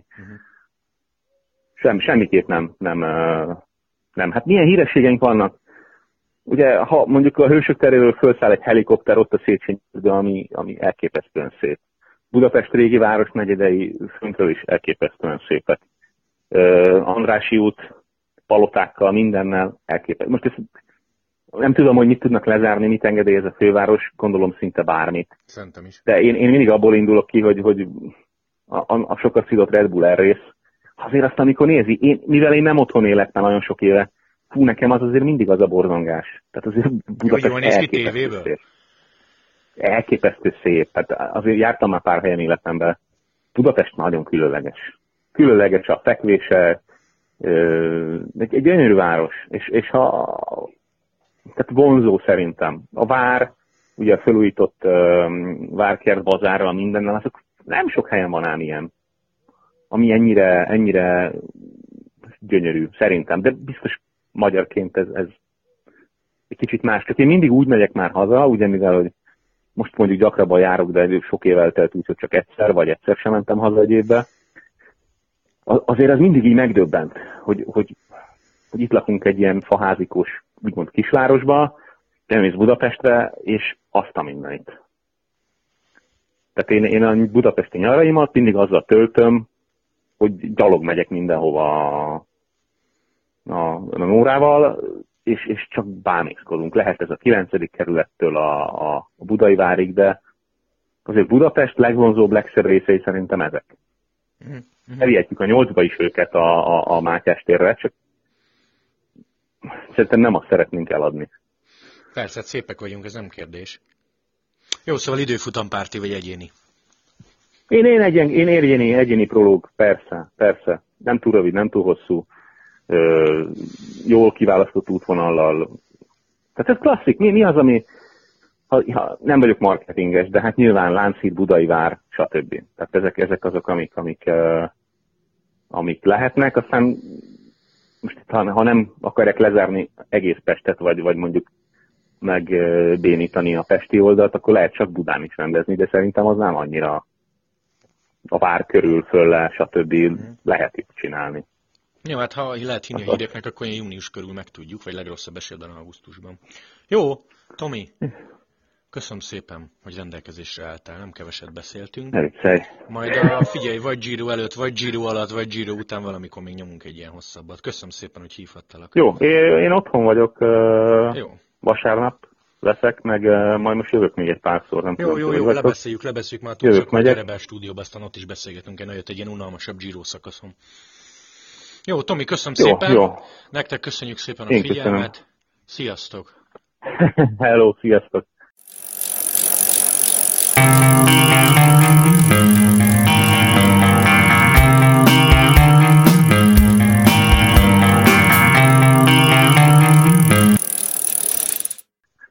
Semmiképp nem. Hát milyen hírességeink vannak? ugye, ha mondjuk a Hősök teréről felszáll egy helikopter ott a Széchenyi, ami elképesztően szép. Budapest régi városnegyedei föntről is elképesztően szépek. Andrássy út, palotákkal, mindennel elképesztő. Most ezt nem tudom, hogy mit tudnak lezárni, mit engedélyez a főváros, gondolom szinte bármit. Szerintem is. De én mindig abból indulok ki, hogy a sokat szidott Red Bull Air Race, azért azt, amikor nézi, mivel én nem otthon élek már nagyon sok éve, nekem az azért mindig az a borzongás. Tehát azért Budapest elképesztő szép. Elképesztő szép. Tehát azért jártam már pár helyen életemben. Budapest nagyon különleges. Különleges a fekvése, egy gyönyörű város. És tehát vonzó szerintem. A vár, ugye a felújított várkert bazárral mindennel, azok nem sok helyen van ám ilyen, ami ennyire gyönyörű, szerintem, de biztos magyarként ez egy kicsit más. Tehát én mindig úgy megyek már haza, ugye mivel, hogy most mondjuk gyakrabban járok, de sok év eltelt úgy, hogy csak egyszer sem mentem haza egy évbe. Azért az mindig így megdöbbent, hogy itt lakunk egy ilyen faházikós, úgymond kisvárosba, elmész Budapestre, és azt a mindenit. Tehát én a budapesti nyaraimat mindig azzal töltöm, hogy gyalog megyek mindenhova a Nórával, és csak bámészkodunk. Lehet ez a 9. kerülettől a Budai várig, de azért Budapest legvonzóbb, legszebb részei szerintem ezek. Elvihetjük a 8-ba is őket a Mátyás térre, csak szerintem nem azt szeretnénk eladni. Persze, szépek vagyunk, ez nem kérdés. Jó, szóval időfutampárti vagy egyéni? Én egyéni prológ, persze. Nem túl rövid, nem túl hosszú. Jól kiválasztott útvonallal. Tehát ez klasszik. Mi az, ami... Ha nem vagyok marketinges, de hát nyilván Lánchíd, Budai vár, stb. Tehát ezek azok, amik lehetnek. Aztán most ha nem akarják lezárni egész Pestet, vagy mondjuk megbénítani a pesti oldalt, akkor lehet csak Budán is rendezni, de szerintem az nem annyira a vár körül, fölle, stb. Lehet itt csinálni. Jó, hát ha lehet hinni a híreknek, akkor június körül megtudjuk, vagy legrosszabb esetben augusztusban. Jó, Tomi, köszönöm szépen, hogy rendelkezésre álltál, nem keveset beszéltünk. Elég. Majd figyelj, vagy Giro előtt, vagy Giro alatt, vagy Giro után valamikor még nyomunk egy ilyen hosszabbat. Köszönöm szépen, hogy hívhattalak. Jó, én otthon vagyok. Jó. Vasárnap leszek, meg majd most jövök még egy párszor. Nem jó, lebeszéljük már tudszak, hogy gyere be a stúdióba, aztán ott is beszélgetünk, egy ilyen unalmasabb Giro szakaszon. Jó, Tomi, köszönöm szépen. Jó. Nektek köszönjük szépen a figyelmet. Sziasztok! Hello, sziasztok!